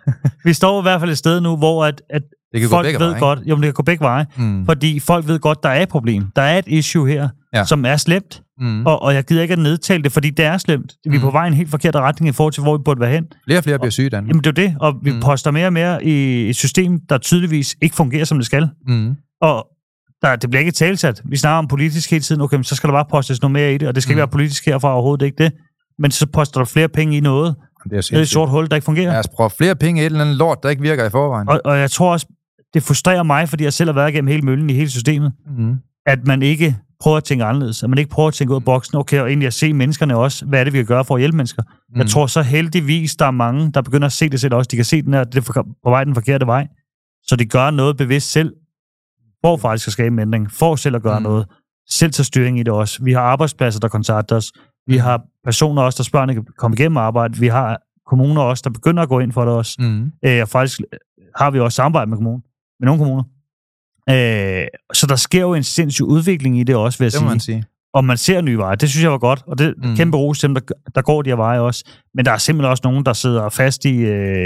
Speaker 2: Vi står i hvert fald et sted nu, hvor at folk ved godt, jo, det kan gå begge veje, fordi folk ved godt, der er et problem. Der er et issue her, som er slemt, og jeg gider ikke at nedtale det, fordi det er slemt. Vi er på vej i en helt forkert retning i forhold til, hvor vi burde være hen.
Speaker 1: Flere og flere bliver syge i Danmark.
Speaker 2: Jamen det er det, og vi poster mere og mere i et system, der tydeligvis ikke fungerer, som det skal. Og det bliver ikke talsat. Vi snakker om politisk hele tiden, okay, så skal der bare postes noget mere i det, og det skal ikke være politisk herfra overhovedet, det er ikke det. Men så poster der flere penge i noget. Det er et sort hul, der ikke fungerer.
Speaker 1: Jeg prøver flere penge i et eller andet lort, der ikke virker i forvejen.
Speaker 2: Og jeg tror også, det frustrerer mig, fordi jeg selv har været igennem hele møllen i hele systemet, at man ikke prøver at tænke anderledes, at man ikke prøver at tænke ud af boksen, okay, og egentlig at se menneskerne også, hvad er det, vi kan gøre for at hjælpe mennesker. Jeg tror så heldigvis, der er mange, der begynder at se det selv også. De kan se, det er på vej den forkerte vej. Så de gør noget bevidst selv, for faktisk at skabe en ændring, for selv at gøre noget. Selv tager styring i det også. Vi har arbejdspladser, der kontakter os. Vi har personer også, der spørger, kan komme igennem arbejde. Vi har kommuner også, der begynder at gå ind for det også. Og faktisk har vi også samarbejde med nogle kommuner. Så der sker jo en sindssyg udvikling i det også, vil jeg sige.
Speaker 1: Man sige.
Speaker 2: Og man ser nye veje. Det synes jeg var godt, og det er kæmpe ros til dem, der går de her veje også. Men der er simpelthen også nogen, der sidder fast i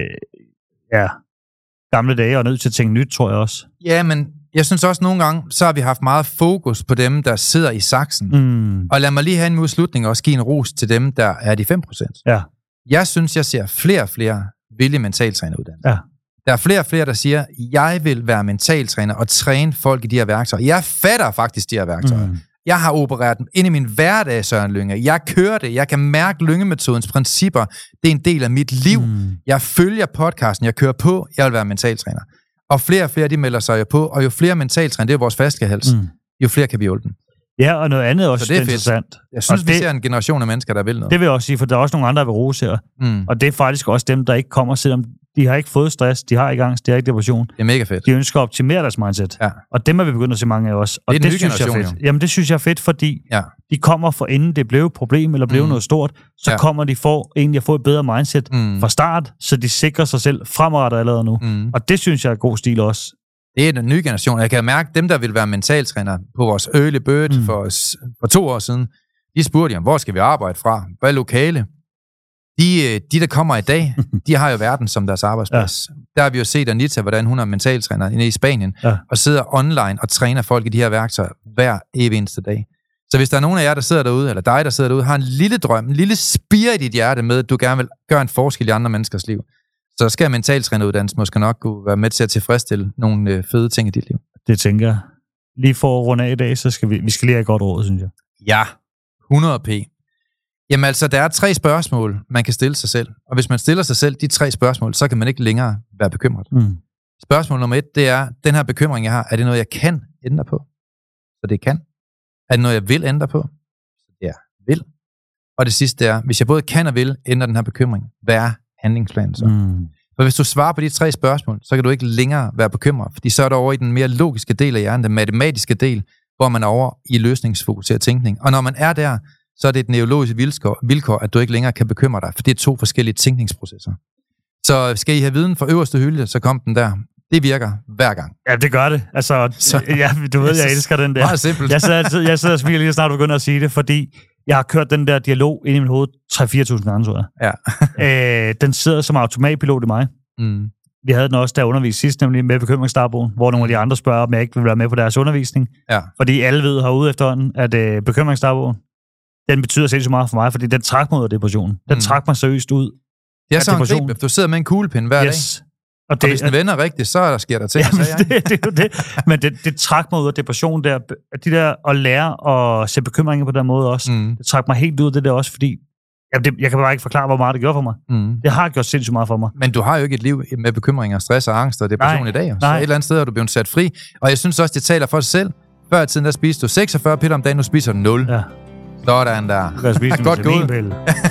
Speaker 2: gamle dage og er nødt til at tænke nyt, tror jeg også.
Speaker 1: Ja, men jeg synes også nogle gange, så har vi haft meget fokus på dem, der sidder i saksen. Og lad mig lige have en udslutning og også give en ros til dem, der er de 5%.
Speaker 2: Ja.
Speaker 1: Jeg synes, jeg ser flere og flere villige mentaltræneruddannelser.
Speaker 2: Ja.
Speaker 1: Der er flere og flere, der siger, jeg vil være mentaltræner og træne folk i de her værktøjer. Jeg fatter faktisk de her værktøjer. Jeg har opereret dem ind i min hverdag, Søren Lynge. Jeg kører det. Jeg kan mærke Lynge-metodens principper. Det er en del af mit liv. Jeg følger podcasten. Jeg kører på. Jeg vil være mentaltræner. Og flere, de melder sig jo på. Og jo flere mentaltræner, det er vores flaskehals, jo flere kan vi hjælpe dem.
Speaker 2: Ja, og noget andet også,
Speaker 1: det er
Speaker 2: interessant.
Speaker 1: Jeg synes, vi ser en generation af mennesker, der vil noget.
Speaker 2: Det vil jeg også sige, for der er også nogle andre, der vil rose her. Og det er faktisk også dem, der ikke kommer, selvom de har ikke fået stress, de har ikke angst, de har ikke depression.
Speaker 1: Det er mega fedt.
Speaker 2: De ønsker at optimere deres mindset. Ja. Og dem er vi begyndt at se mange af os. Og
Speaker 1: det
Speaker 2: synes jeg er fedt. Jamen det synes jeg er fedt, fordi de kommer for inden det blev et problem, eller blev noget stort, så kommer de for egentlig at få et bedre mindset fra start, så de sikrer sig selv fremadrettet allerede nu. Og det synes jeg er god stil også.
Speaker 1: Det er den nye generation. Jeg kan mærke, dem, der vil være mentaltræner på vores early bird for 2 år siden, de spurgte, hvor skal vi arbejde fra? Hvad er lokale? De, der kommer i dag, de har jo verden som deres arbejdsplads. Ja. Der har vi jo set Anita, hvordan hun er mentaltræner inde i Spanien, og sidder online og træner folk i de her værktøjer hver evig eneste dag. Så hvis der er nogen af jer, der sidder derude, eller dig, der sidder derude, har en lille drøm, en lille spire i dit hjerte med, at du gerne vil gøre en forskel i andre menneskers liv, så skal mentaltræneruddannelsen måske nok kunne være med til at tilfredsstille nogle fede ting i dit liv.
Speaker 2: Det tænker jeg. Lige for at runde af i dag, så skal vi skal lige have et godt råd, synes jeg.
Speaker 1: Ja, 100p. Jamen altså, der er 3 spørgsmål, man kan stille sig selv. Og hvis man stiller sig selv de 3 spørgsmål, så kan man ikke længere være bekymret. Spørgsmål nummer 1, det er, den her bekymring, jeg har, er det noget, jeg kan ændre på? Så det kan. Er det noget, jeg vil ændre på? Så det er vil. Og det sidste er, hvis jeg både kan og vil ændre den her bekymring, hvad er handlingsplanen så? For hvis du svarer på de 3 spørgsmål, så kan du ikke længere være bekymret, fordi så er du over i den mere logiske del af hjernen, den matematiske del, hvor man er over i løsningsfokuseret tænkning. Og når man er der, så er det et neurologisk vilkår, at du ikke længere kan bekymre dig, for det er 2 forskellige tænkningsprocesser. Så skal I have viden fra øverste hylde, så kom den der. Det virker hver gang.
Speaker 2: Ja, det gør det. Altså, ja, du ved, jeg elsker den der.
Speaker 1: Meget simpelt.
Speaker 2: Jeg sidder og smiler lige snart, du begynder at sige det, fordi jeg har kørt den der dialog ind i mit hoved 3-4.000 gange, tror jeg. Ja. Den sidder som automatpilot i mig. Vi havde den også, der underviste sidst, nemlig med bekymringsdagbogen, hvor nogle af de andre spørger, om jeg ikke vil være med på deres undervisning. Ja. Fordi alle ved herude efterhånden, at bekymringsdagbogen, den betyder sindssygt meget for mig, fordi den trak mig ud af depressionen. Den trak mig seriøst ud.
Speaker 1: Det er sådan en grib, du sidder med en kuglepind hver dag. Og hvis den vender rigtigt, så sker der ting.
Speaker 2: Det er jo det. Men det trak mig ud af depressionen der. De der at lære at se bekymringer på den måde også. Det trak mig helt ud af det der også, fordi jeg kan bare ikke forklare, hvor meget det gjorde for mig. Det har gjort sindssygt meget for mig.
Speaker 1: Men du har jo ikke et liv med bekymringer, stress og angst og depression i dag. Så et eller andet sted er du blevet sat fri. Og jeg synes også, det taler for sig selv. Før i tiden, der spiste du 46 piller om dagen, nu spiser du 0. Ja. Sådan der.
Speaker 2: Du kan spise godt gået.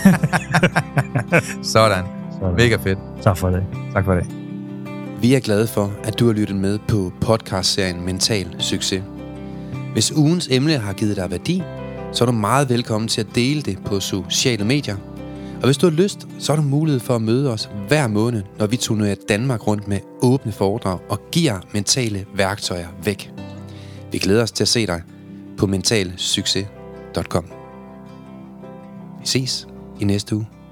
Speaker 1: Sådan. Mega fedt.
Speaker 2: Tak for det.
Speaker 1: Tak for det.
Speaker 3: Vi er glade for, at du har lyttet med på podcastserien Mental Succes. Hvis ugens emne har givet dig værdi, så er du meget velkommen til at dele det på sociale medier. Og hvis du har lyst, så har du mulighed for at møde os hver måned, når vi turnerer Danmark rundt med åbne foredrag og giver mentale værktøjer væk. Vi glæder os til at se dig på mentalsucces.com. Vi ses i næste uge.